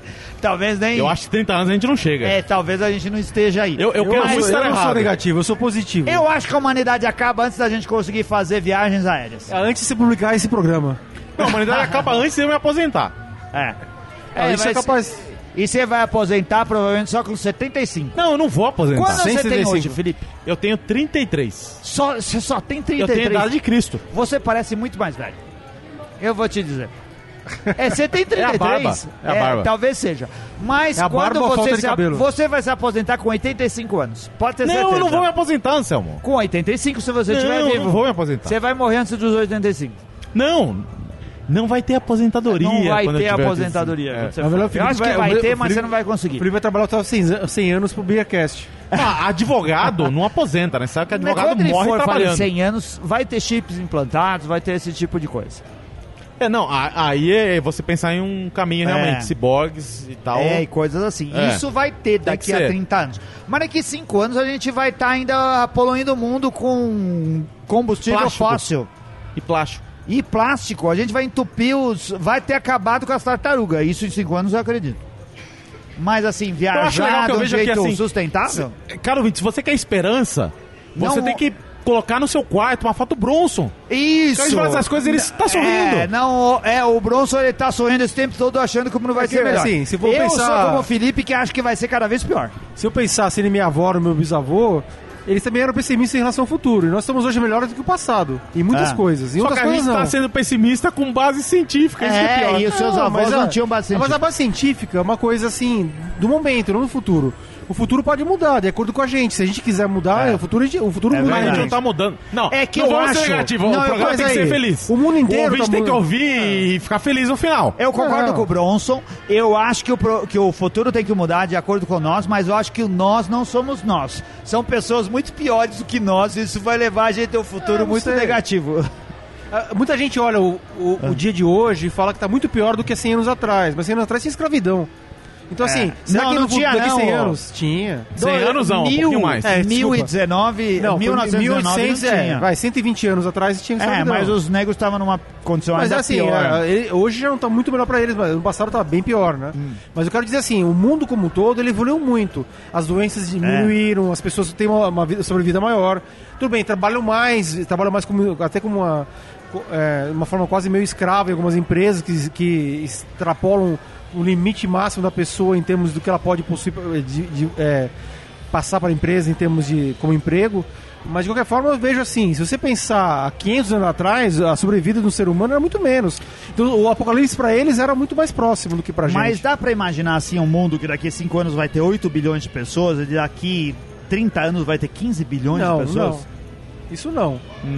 talvez nem... Eu acho que trinta anos a gente não chega. É, talvez a gente não esteja aí. Eu, eu, Eu, quero eu, muito estar eu não sou errado. negativo, eu sou positivo. Eu acho que a humanidade acaba antes da gente conseguir fazer viagens aéreas. Antes de você publicar esse programa. Não, a humanidade acaba antes de eu me aposentar. É. Ah, isso é mas- capaz. E você vai aposentar provavelmente só com setenta e cinco. Não, eu não vou aposentar. Quantos você tem setenta e cinco. hoje, Felipe? Eu tenho trinta e três. Só, você só tem trinta Eu e três. tenho a idade de Cristo. Você parece muito mais velho. Eu vou te dizer. É, você tem trinta e três. É a barba. É a barba. Talvez seja. Mas É a quando barba ou a falta você de se, cabelo? você vai se aposentar com oitenta e cinco anos. Pode ter Não, certeza. eu não vou me aposentar, Anselmo. Com oitenta e cinco, se você estiver Não, eu vivo. não vou me aposentar. Você vai morrer antes dos oitenta e cinco. Não, não vai ter aposentadoria. Não vai quando eu ter tiver aposentadoria. É. quando você Na for. verdade, o Eu Felipe acho que vai- vai o ter, Felipe- mas você não vai O conseguir. Felipe vai trabalhar até cem, cem anos pro BeerCast. Ah, advogado não aposenta, né? Sabe que advogado Quando ele morre for fazer trabalhando. cem anos, vai ter chips implantados, vai ter esse tipo de coisa. É, não, a- aí é você pensar em um caminho É. realmente, ciborgues e tal. É, e coisas assim. É. Isso vai ter daqui que a ser. trinta anos. Mas daqui a cinco anos a gente vai estar ainda poluindo o mundo com combustível Plástico. fóssil. E plástico. E plástico. A gente vai entupir os... Vai ter acabado com as tartarugas. Isso em cinco anos eu acredito. Mas assim, acho viajar legal que eu de um vejo aqui, jeito assim, sustentável... Cara, ouvinte, se você quer esperança, você Não- tem que colocar no seu quarto uma foto Bronson. Isso! Quando ele fala essas coisas, ele está sorrindo. É, não, é, o Bronson ele tá sorrindo esse tempo todo achando que o mundo vai É que, ser melhor. assim, se for eu pensar- sou como o Felipe que acha que vai ser cada vez pior. Se eu pensasse em minha avó, no meu bisavô, eles também eram pessimistas em relação ao futuro. E nós estamos hoje melhores do que o passado. Em muitas É. coisas. Em Só outras que a gente coisas não. está sendo pessimista com base científica, isso que é pior. e os seus Não, avós mas não a- tinham bastante. Mas a base científica é uma coisa assim, do momento, não do futuro. O futuro pode mudar, de acordo com a gente. Se a gente quiser mudar, É. o futuro, o futuro É muda. Mas a gente verdade. não tá mudando. Não, É que não eu vamos acho- ser negativo. Não, o eu- programa mas tem que aí, ser feliz. o mundo inteiro O ouvinte tá tem que mudando. ouvir e ficar feliz no final. Eu concordo Não. com o Bronson. Eu acho que o, pro- que o futuro tem que mudar de acordo com nós, mas eu acho que o nós não somos nós. São pessoas muito piores do que nós e isso vai levar a gente a um futuro Ah, não muito sei. negativo. Ah, Muita gente olha o, o, Ah. o dia de hoje e fala que tá muito pior do que cem anos atrás. Mas cem anos atrás tinha escravidão. Então, assim, será Não, que não no futuro tinha, daqui não, cem ó. anos? Tinha. cem anos não, um Mil- pouquinho mais. É, mil e dezenove, Não, mil novecentos e dezenove não oitocentos, é, tinha. vai, cento e vinte anos atrás tinha É, escravidão. mas os negros estavam numa condição Mas ainda assim, pior. é, ele- hoje já não tá muito melhor pra eles, mas no passado tá bem pior, né? Hum. Mas eu quero dizer assim, o mundo como um todo, ele evoluiu muito. As doenças diminuíram, É. as pessoas têm uma, uma vida, sobrevida maior. Tudo bem, trabalham mais, trabalham mais como, até como uma, co- é, uma forma quase meio escrava em algumas empresas que, que extrapolam o limite máximo da pessoa em termos do que ela pode possuir, de, de, é, passar para a empresa em termos de como emprego. Mas de qualquer forma eu vejo assim, se você pensar há quinhentos anos atrás, a sobrevida do ser humano era muito menos. Então o apocalipse para eles era muito mais próximo do que pra Mas gente. dá pra imaginar assim um mundo que daqui a cinco anos vai ter oito bilhões de pessoas e daqui trinta anos vai ter quinze bilhões Não, de pessoas? não. Isso não.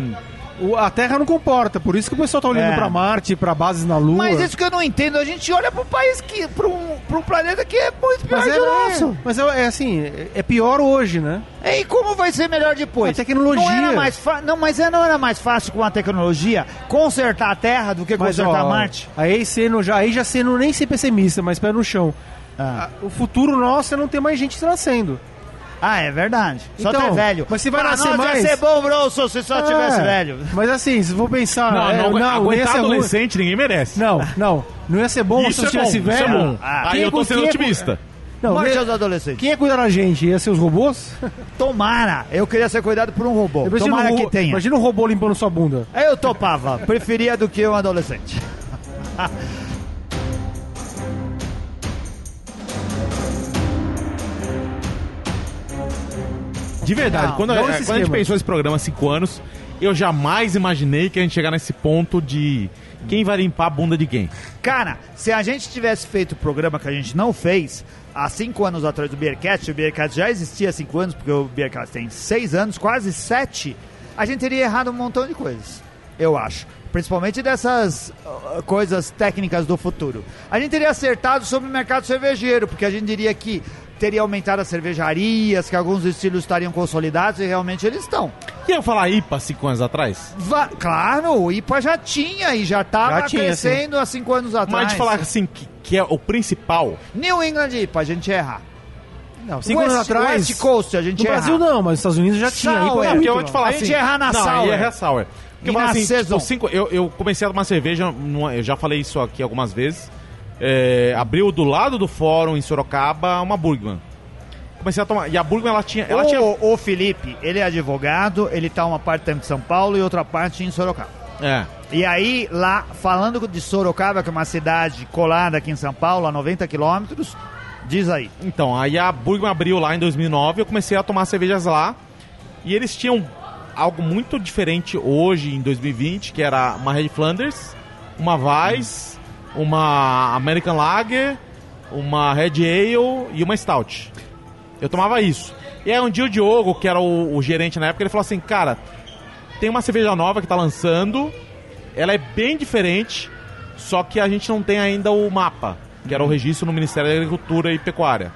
O- a Terra não comporta, por isso que o pessoal tá olhando É. pra Marte, pra bases na Lua. Mas isso que eu não entendo, a gente olha para um país que, para um, pra um planeta que é muito pior Mas que é, o nosso. mas é, é assim, é- é pior hoje, né? E como vai ser melhor depois? A tecnologia. Não, era mais fa- não, mas é- não era mais fácil com a tecnologia consertar a Terra do que Mas, consertar ó, Marte? Aí sendo já, aí já sendo nem ser pessimista, mas pé no chão. Ah. A- O futuro nosso é não ter mais gente nascendo. Ah, é verdade. Só Então, ter velho. mas se vai Pra nascer nós mais- ia ser bom, Bronson, se só É, tivesse velho. Mas assim, se for pensar. Não, é, não, não, ia aguentar ser ruim. adolescente ninguém merece. Não, não. Não ia ser bom Isso se é eu tivesse bom, isso é velho. bom. Ah, Aí quem eu tô é- sendo quem é- otimista. Não, Morte quem- aos adolescentes. Quem ia cuidar da gente? Ia ser os robôs? Tomara. Eu queria ser cuidado por um robô. Imagina Tomara um que ro- tenha. Imagina um robô limpando sua bunda. Eu topava. Preferia do que um adolescente. De verdade, Não, quando, não a- esse quando a gente esquema. pensou esse programa há cinco anos, eu jamais imaginei que a gente chegar nesse ponto de quem vai limpar a bunda de quem. Cara, se a gente tivesse feito o programa que a gente não fez há cinco anos atrás do Beercast, o Beercast já existia há cinco anos, porque o Beercast tem seis anos, quase sete, a gente teria errado um montão de coisas, eu acho. Principalmente dessas uh, coisas técnicas do futuro. A gente teria acertado sobre o mercado cervejeiro, porque a gente diria que teria aumentado as cervejarias, que alguns estilos estariam consolidados e realmente eles estão. E eu falar I P A cinco anos atrás? Va- claro, o I P A já tinha e já estava Já tinha, crescendo há cinco anos atrás. Mas de falar assim, que, que é o principal. New England I P A, a gente ia errar. Não, cinco West, anos atrás. West Coast, a gente No ia Brasil errar. não, mas nos Estados Unidos já tinha. Sour. Aí, É, é, Porque eu vou te falar A gente assim. ia errar na não, Sour. ia errar Sour. Porque E eu, falo na assim, Saison. tipo, cinco, eu, eu comecei a tomar cerveja, numa- eu já falei isso aqui algumas vezes, é, abriu do lado do fórum em Sorocaba uma Burgman. Comecei a tomar. E a Burgman, ela tinha. Ela o, tinha... o Felipe, ele é advogado, ele tá uma parte em São Paulo e outra parte em Sorocaba. É. E aí, lá, falando de Sorocaba, que é uma cidade colada aqui em São Paulo, a noventa quilômetros, diz aí. Então, aí a Burgman abriu lá em dois mil e nove, eu comecei a tomar cervejas lá. E eles tinham algo muito diferente hoje, em dois mil e vinte, que era uma Red Flanders, uma Weiss, uma American Lager, uma Red Ale e uma Stout. Eu tomava isso. E aí um dia o Diogo, que era o, o gerente na época, ele falou assim, cara, tem uma cerveja nova que tá lançando, ela é bem diferente, só que a gente não tem ainda o mapa, que era o registro no Ministério da Agricultura e Pecuária.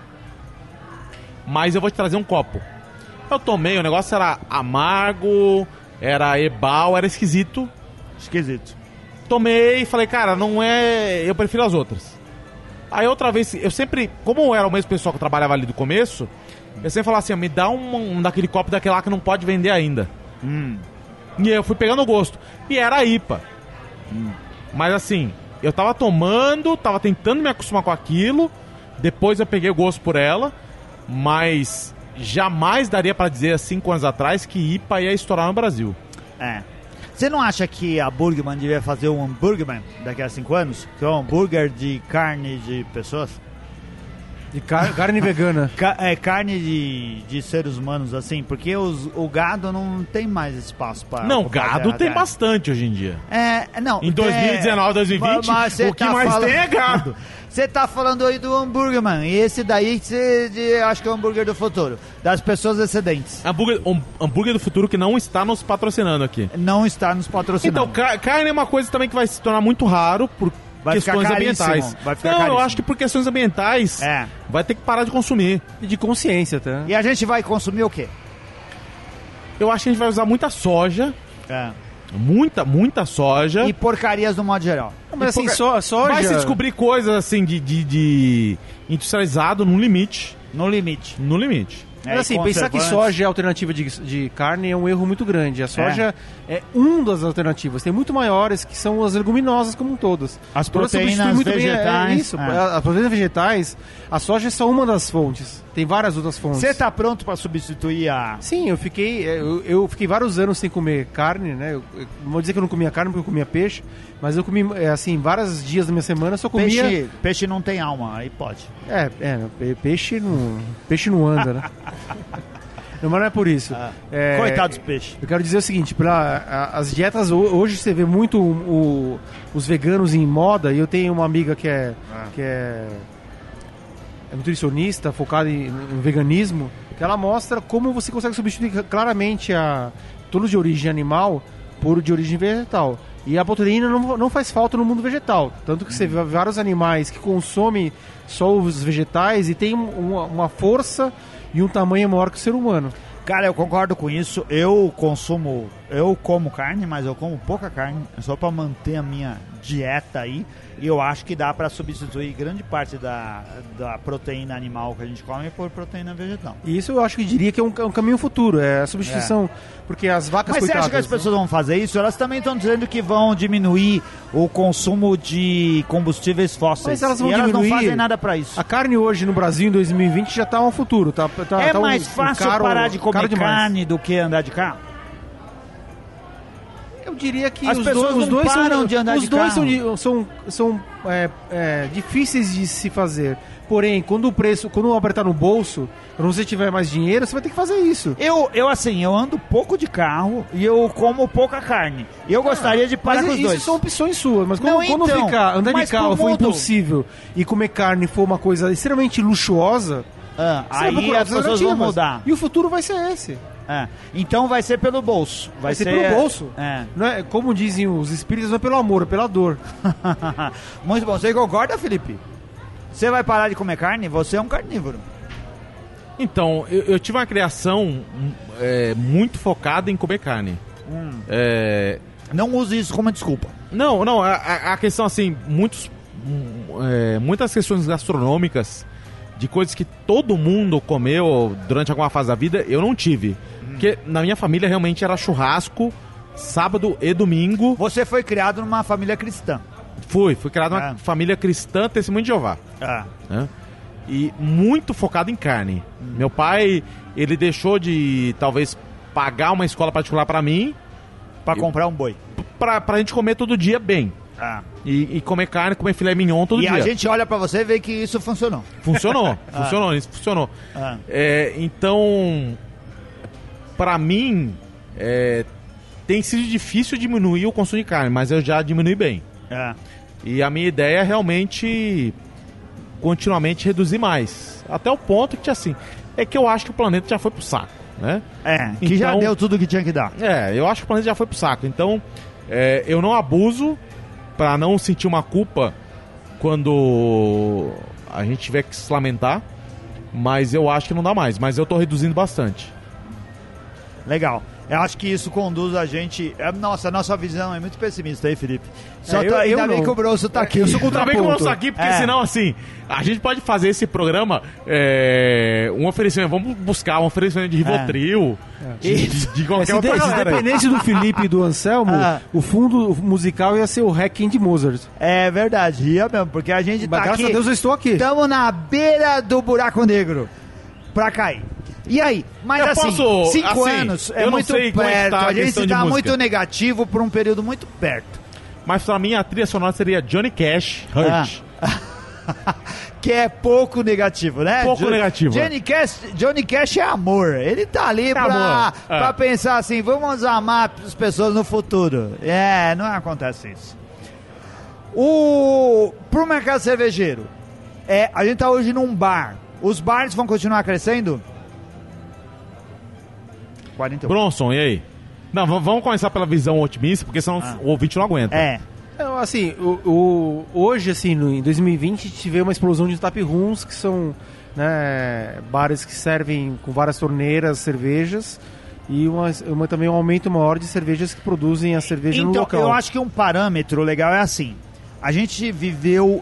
Mas eu vou te trazer um copo. Eu tomei, o negócio era amargo, era ebal, era esquisito. Esquisito. Tomei e falei, cara, não é... eu prefiro as outras. Aí outra vez, eu sempre, como eu era o mesmo pessoal que trabalhava ali do começo, eu sempre falava assim, me dá um, um daquele copo daquele lá que não pode vender ainda. Hum. E eu fui pegando o gosto. E era a I P A. Hum. Mas assim, eu tava tomando, tava tentando me acostumar com aquilo, depois eu peguei o gosto por ela, mas jamais daria pra dizer há cinco anos atrás que I P A ia estourar no Brasil. É. Você não acha que a Burgman devia fazer um Hambúrguerman daqui a cinco anos? Que é um hambúrguer de carne de pessoas? De car carne vegana. Ca é, carne de, de seres humanos, assim, porque os, o gado não tem mais espaço para... Não, gado tem bastante hoje em dia. É, não... Em dois mil e dezenove, dois mil e vinte, o que tá mais falando... tem é gado. Você tá falando aí do hambúrguer, mano. E esse daí, cê, de, acho que é o hambúrguer do futuro. Das pessoas excedentes. Hambúrguer, um, hambúrguer do futuro que não está nos patrocinando aqui. Não está nos patrocinando. Então, car carne é uma coisa também que vai se tornar muito raro por vai questões ambientais. Vai ficar não, caríssimo. eu acho que por questões ambientais é. vai ter que parar de consumir. E de consciência, tá? E a gente vai consumir o quê? Eu acho que a gente vai usar muita soja. É. Muita, muita soja. E porcarias no modo geral. Mas assim, so, soja... Vai se descobrir coisas assim de, de, de industrializado no limite. No limite. No limite. Mas é, assim, pensar que soja é alternativa de, de carne é um erro muito grande. A soja é, é uma das alternativas. Tem muito maiores que são as leguminosas como todas. As proteínas muito vegetais. Bem, é isso, é. As proteínas vegetais, a soja é só uma das fontes. Tem várias outras fontes. Você tá pronto para substituir a... Sim, eu fiquei eu, eu fiquei vários anos sem comer carne, né? Eu, eu, não vou dizer que eu não comia carne porque eu comia peixe, mas eu comi, assim, vários dias da minha semana só comia... Peixe, peixe não tem alma, aí pode. É, é peixe não, peixe não anda, né? Não, mas não é por isso. Ah, é, coitado dos peixes. Eu quero dizer o seguinte, pra, a, as dietas, hoje você vê muito o, o, os veganos em moda, e eu tenho uma amiga que é, ah. que é, é nutricionista, focada em, em veganismo, que ela mostra como você consegue substituir claramente a tudo de origem animal por de origem vegetal. E a proteína não, não faz falta no mundo vegetal. Tanto que hum. você vê vários animais que consomem só os vegetais e tem uma, uma força e um tamanho maior que o ser humano. Cara, eu concordo com isso. Eu consumo, eu como carne, mas eu como pouca carne, só para manter a minha dieta aí. E eu acho que dá para substituir grande parte da, da proteína animal que a gente come por proteína vegetal. E isso eu acho que diria que é um, um caminho futuro, é a substituição, é. Porque as vacas Mas coitadas... você acha que as pessoas vão fazer isso? Elas também estão dizendo que vão diminuir o consumo de combustíveis fósseis. Mas elas vão e elas diminuir... não fazem nada para isso. A carne hoje no Brasil em dois mil e vinte já está um futuro. Tá, tá, é tá mais um, fácil um caro, parar de comer carne do que andar de carro? Eu diria que as os, pessoas do, os não dois param são, de andar os de dois carro. são, são, são é, é, difíceis de se fazer. Porém, quando o preço, quando apertar no bolso, quando você tiver mais dinheiro, você vai ter que fazer isso. Eu, eu assim, eu ando pouco de carro e eu como pouca carne. E eu ah, gostaria de parar com os dois. Isso são opções suas, mas quando, não, quando então, ficar, andar de carro for mundo... impossível e comer carne for uma coisa extremamente luxuosa, ah, aí as pessoas vão mudar. E o futuro vai ser esse. É. Então vai ser pelo bolso. Vai, vai ser, ser pelo bolso. É. Não é, como dizem os espíritos, não é pelo amor, é pela dor. Muito bom. Você concorda, Felipe? Você vai parar de comer carne? Você é um carnívoro. Então, eu, eu tive uma criação é, muito focada em comer carne. Hum. É... Não use isso como desculpa. Não, não. A, a questão, assim, muitos, é, muitas questões gastronômicas de coisas que todo mundo comeu durante alguma fase da vida, eu não tive. Hum. Porque na minha família realmente era churrasco, sábado e domingo. Você foi criado numa família cristã. Fui, fui criado numa Ah. família cristã, testemunho de Jeová. Ah. Né? E muito focado em carne. Hum. Meu pai, ele deixou de, talvez, pagar uma escola particular pra mim. Pra eu, comprar um boi. Pra, pra gente comer todo dia bem. Ah. E, e comer carne, comer filé mignon todo e dia. E a gente olha pra você e vê que isso funcionou. Funcionou, ah. funcionou, isso funcionou. Ah. É, então, pra mim, é, tem sido difícil diminuir o consumo de carne, mas eu já diminui bem. Ah. E a minha ideia é realmente continuamente reduzir mais. Até o ponto que, assim, é que eu acho que o planeta já foi pro saco, né? É, que então, já deu tudo o que tinha que dar. É, eu acho que o planeta já foi pro saco. Então, é, eu não abuso pra não sentir uma culpa quando a gente tiver que se lamentar, mas eu acho que não dá mais. Mas eu tô reduzindo bastante. Legal. Eu acho que isso conduz a gente... Nossa, a nossa visão é muito pessimista aí, Felipe. Só é, tô, eu, ainda eu bem não. que o Brosso tá aqui. Eu sou Ainda bem que o Brosso tá aqui, porque é. senão, assim, a gente pode fazer esse programa é, um oferecimento. Vamos buscar um oferecimento de Rivotril, é. de, de, de qualquer é, outra se galera. Independente do Felipe e do Anselmo, ah. o fundo musical ia ser o Requiem de Mozart. É verdade, ia mesmo, porque a gente Mas tá graças aqui... a Deus eu estou aqui. Estamos na beira do buraco negro pra cair. E aí? Mas eu assim, posso, cinco assim, anos é muito perto. É tá a, a gente tá muito negativo por um período muito perto. Mas pra mim a trilha sonora seria Johnny Cash, Hurt. Ah. Que é pouco negativo, né? Pouco jo negativo. Johnny Cash, Johnny Cash é amor. Ele tá ali é pra, pra é. pensar assim, vamos amar as pessoas no futuro. É, não acontece isso. O, pro mercado cervejeiro, é, a gente tá hoje num bar. Os bares vão continuar crescendo? quarenta e oito. Bronson, e aí? Não, vamos começar pela visão otimista, porque senão ah. o ouvinte não aguenta. É. Então, assim, o, o, hoje, assim, no, em dois mil e vinte, tive uma explosão de tap rooms, que são, né, bares que servem com várias torneiras, cervejas, e uma, uma, também um aumento maior de cervejas que produzem a cerveja então, no local. Eu acho que um parâmetro legal é assim, a gente viveu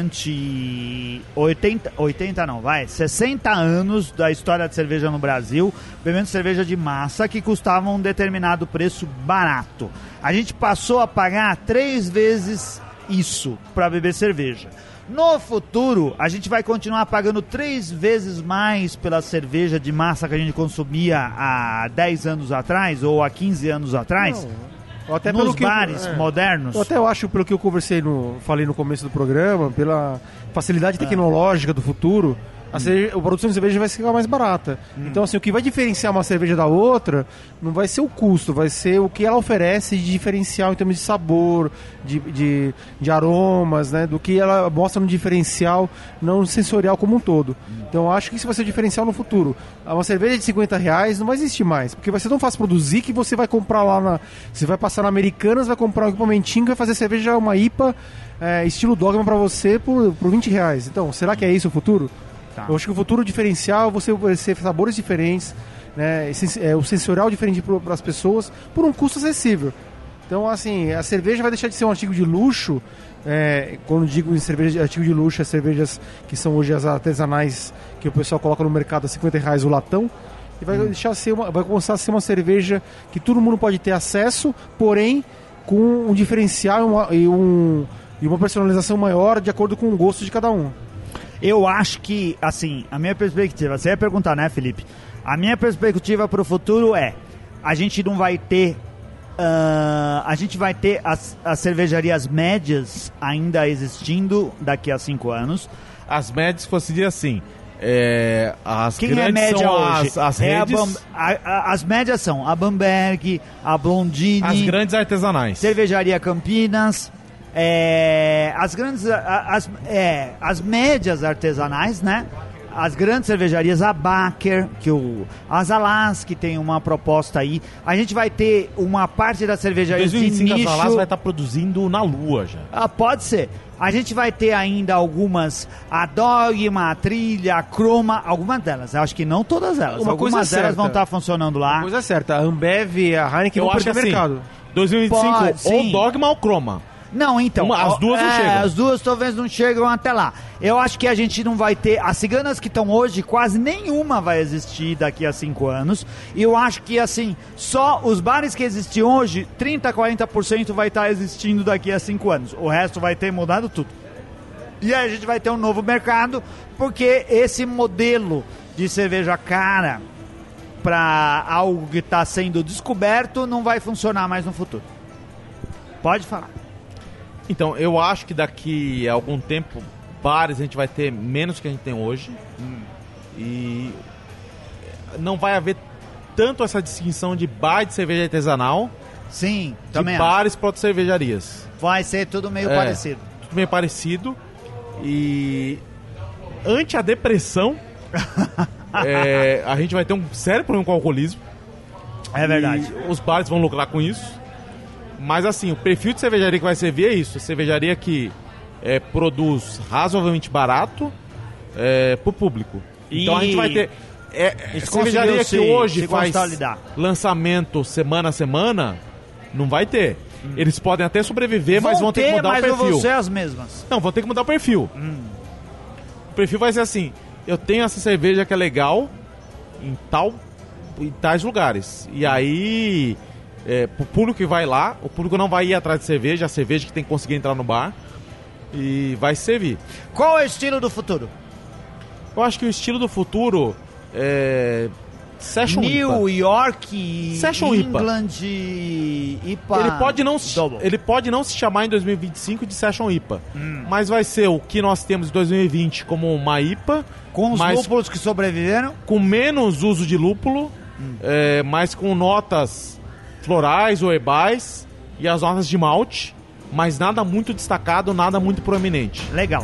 durante oitenta, oitenta não, vai, sessenta anos da história de cerveja no Brasil, bebendo cerveja de massa que custava um determinado preço barato. A gente passou a pagar três vezes isso para beber cerveja. No futuro, a gente vai continuar pagando três vezes mais pela cerveja de massa que a gente consumia há dez anos atrás ou há quinze anos atrás. Não. Até nos bares eu, é, modernos. Eu até eu acho, pelo que eu conversei, no, falei no começo do programa, pela facilidade tecnológica do futuro, a, cerveja, a produção de cerveja vai ficar mais barata. Hum. Então, assim, o que vai diferenciar uma cerveja da outra não vai ser o custo, vai ser o que ela oferece de diferencial em termos de sabor, de, de, de aromas, né? Do que ela mostra no diferencial, não no sensorial como um todo. Hum. Então, eu acho que isso vai ser o diferencial no futuro. Uma cerveja de cinquenta reais não vai existir mais, porque vai ser tão fácil produzir que você vai comprar lá na... Você vai passar na Americanas, vai comprar um equipamentinho, vai fazer cerveja, uma I P A, é, estilo Dogma pra você por, por vinte reais. Então, será que é isso o futuro? Tá. Eu acho que o futuro diferencial, você oferecer sabores diferentes, né, é, o sensorial diferente para as pessoas, por um custo acessível. Então, assim, a cerveja vai deixar de ser um artigo de luxo. É, quando digo em cerveja de artigo de luxo, as cervejas que são hoje as artesanais, que o pessoal coloca no mercado a cinquenta reais o latão, e vai, hum. deixar ser uma, vai começar a ser uma cerveja que todo mundo pode ter acesso, porém com um diferencial e uma, e um, e uma personalização maior de acordo com o gosto de cada um. Eu acho que, assim, a minha perspectiva, você ia perguntar, né, Felipe? A minha perspectiva para o futuro é, a gente não vai ter, uh, a gente vai ter as, as cervejarias médias ainda existindo daqui a cinco anos. As médias, fosse dizer assim, é, as Quem grandes é média são hoje? as, as é redes... A Bam, a, a, as médias são a Bamberg, a Blondini... As grandes artesanais. Cervejaria Campinas... É, as grandes, as, é, as médias artesanais, né? As grandes cervejarias, a Baker, que o, as Alas, que tem uma proposta aí. A gente vai ter uma parte da cervejaria de nicho. A Alas vai estar produzindo na Lua já. Ah, pode ser. A gente vai ter ainda algumas, a Dogma, a Trilha, a Croma, algumas delas. Eu acho que não todas elas. Uma algumas coisa delas certa. vão estar funcionando lá. Uma coisa certa, a Ambev e a Heineken Eu vão acho perder que mercado. dois mil e vinte e cinco, Pode, ou sim. Dogma ou Croma. Não, então. Uma, as duas é, não chegam. As duas talvez não chegam até lá. Eu acho que a gente não vai ter. As ciganas que estão hoje, quase nenhuma vai existir daqui a cinco anos. E eu acho que, assim, só os bares que existem hoje, trinta, quarenta por cento vai estar existindo daqui a cinco anos. O resto vai ter mudado tudo. E aí a gente vai ter um novo mercado, porque esse modelo de cerveja cara para algo que está sendo descoberto não vai funcionar mais no futuro. Pode falar. Então, eu acho que daqui a algum tempo, bares a gente vai ter menos que a gente tem hoje. Hum. E não vai haver tanto essa distinção de bar de cerveja artesanal. Sim, de também bares para cervejarias. Vai ser tudo meio é, parecido. Tudo meio parecido. E ante a depressão, é, a gente vai ter um sério problema com o alcoolismo. É verdade. E os bares vão lucrar com isso. Mas assim, o perfil de cervejaria que vai servir é isso. Cervejaria que é, produz razoavelmente barato é, pro público. Então e... a gente vai ter... É, cervejaria se, que hoje se faz lançamento semana a semana, não vai ter. Hum. Eles podem até sobreviver, vão mas vão ter, ter que mudar mas o perfil. Mas vão ser as mesmas. Não, vão ter que mudar o perfil. Hum. O perfil vai ser assim, eu tenho essa cerveja que é legal em, tal, em tais lugares. E aí... É, pro público que vai lá, o público não vai ir atrás de cerveja, a cerveja que tem que conseguir entrar no bar e vai servir. Qual é o estilo do futuro? Eu acho que o estilo do futuro é... Session New I P A. York, Session England, I P A. Ele pode, não se, ele pode não se chamar em dois mil e vinte e cinco de Session I P A, hum. mas vai ser o que nós temos em dois mil e vinte como uma I P A. Com os lúpulos que sobreviveram. Com menos uso de lúpulo, hum. é, mas com notas... florais ou herbais e as notas de malte, mas nada muito destacado, nada muito proeminente. Legal.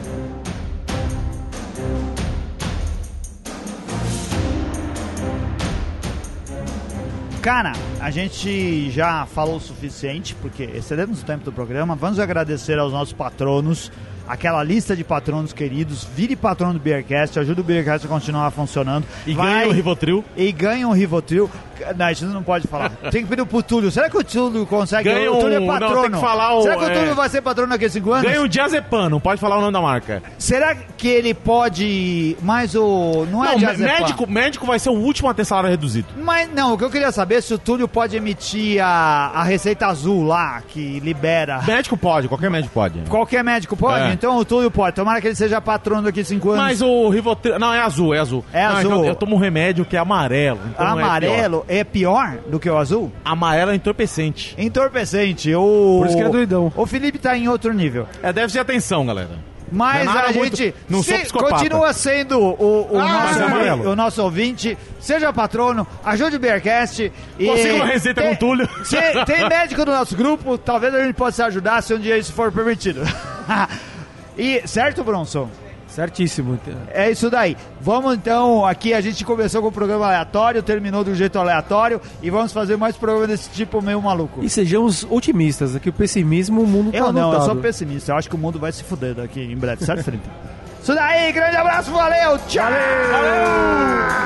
Cara, a gente já falou o suficiente, porque excedemos o tempo do programa. Vamos agradecer aos nossos patronos, aquela lista de patronos queridos. Vire patrono do Beercast, ajuda o Beercast a continuar funcionando. E ganha um Rivotril. E ganha um Rivotril. Não, isso não pode falar. Tem que pedir pro Túlio. Será que o Túlio consegue? Ganha o Túlio um... é patrono. Não, tem que falar o... Será que o Túlio é... vai ser patrono daqui a cinco anos? Ganha um Diazepam, não pode falar o nome da marca. Será que ele pode... Mais o... Não é não, Diazepam. Médico, médico vai ser o último a ter salário reduzido. Mas não, o que eu queria saber é se o Túlio pode emitir a, a receita azul lá, que libera... Médico pode, qualquer médico pode. Qualquer médico pode? É. Então o Túlio pode. Tomara que ele seja patrono daqui a cinco anos. Mas o Rivotril... Não, é azul, é azul. É não, azul. Eu, eu tomo um remédio que é amarelo. Então amarelo é pior. é pior do que o azul? Amarelo é entorpecente. Entorpecente. O... Por isso que ele é doidão. O Felipe tá em outro nível. É, deve ser atenção, galera. Mas a muito, gente não sou psicopata. Continua sendo o, o, ah, nosso, é o nosso ouvinte. Seja patrono, ajude o Beercast. Consiga uma receita tem, com Túlio. Tem, tem médico do nosso grupo, talvez a gente possa ajudar se um dia isso for permitido. E, certo, Bronson? Certíssimo. É isso daí. Vamos então, aqui a gente começou com o programa aleatório, terminou do jeito aleatório e vamos fazer mais programas desse tipo meio maluco. E sejamos otimistas, aqui o pessimismo, o mundo tá Eu não, adotado. eu sou pessimista, eu acho que o mundo vai se fuder daqui em breve, certo, Felipe? Isso daí, grande abraço, valeu, tchau! Valeu! Valeu!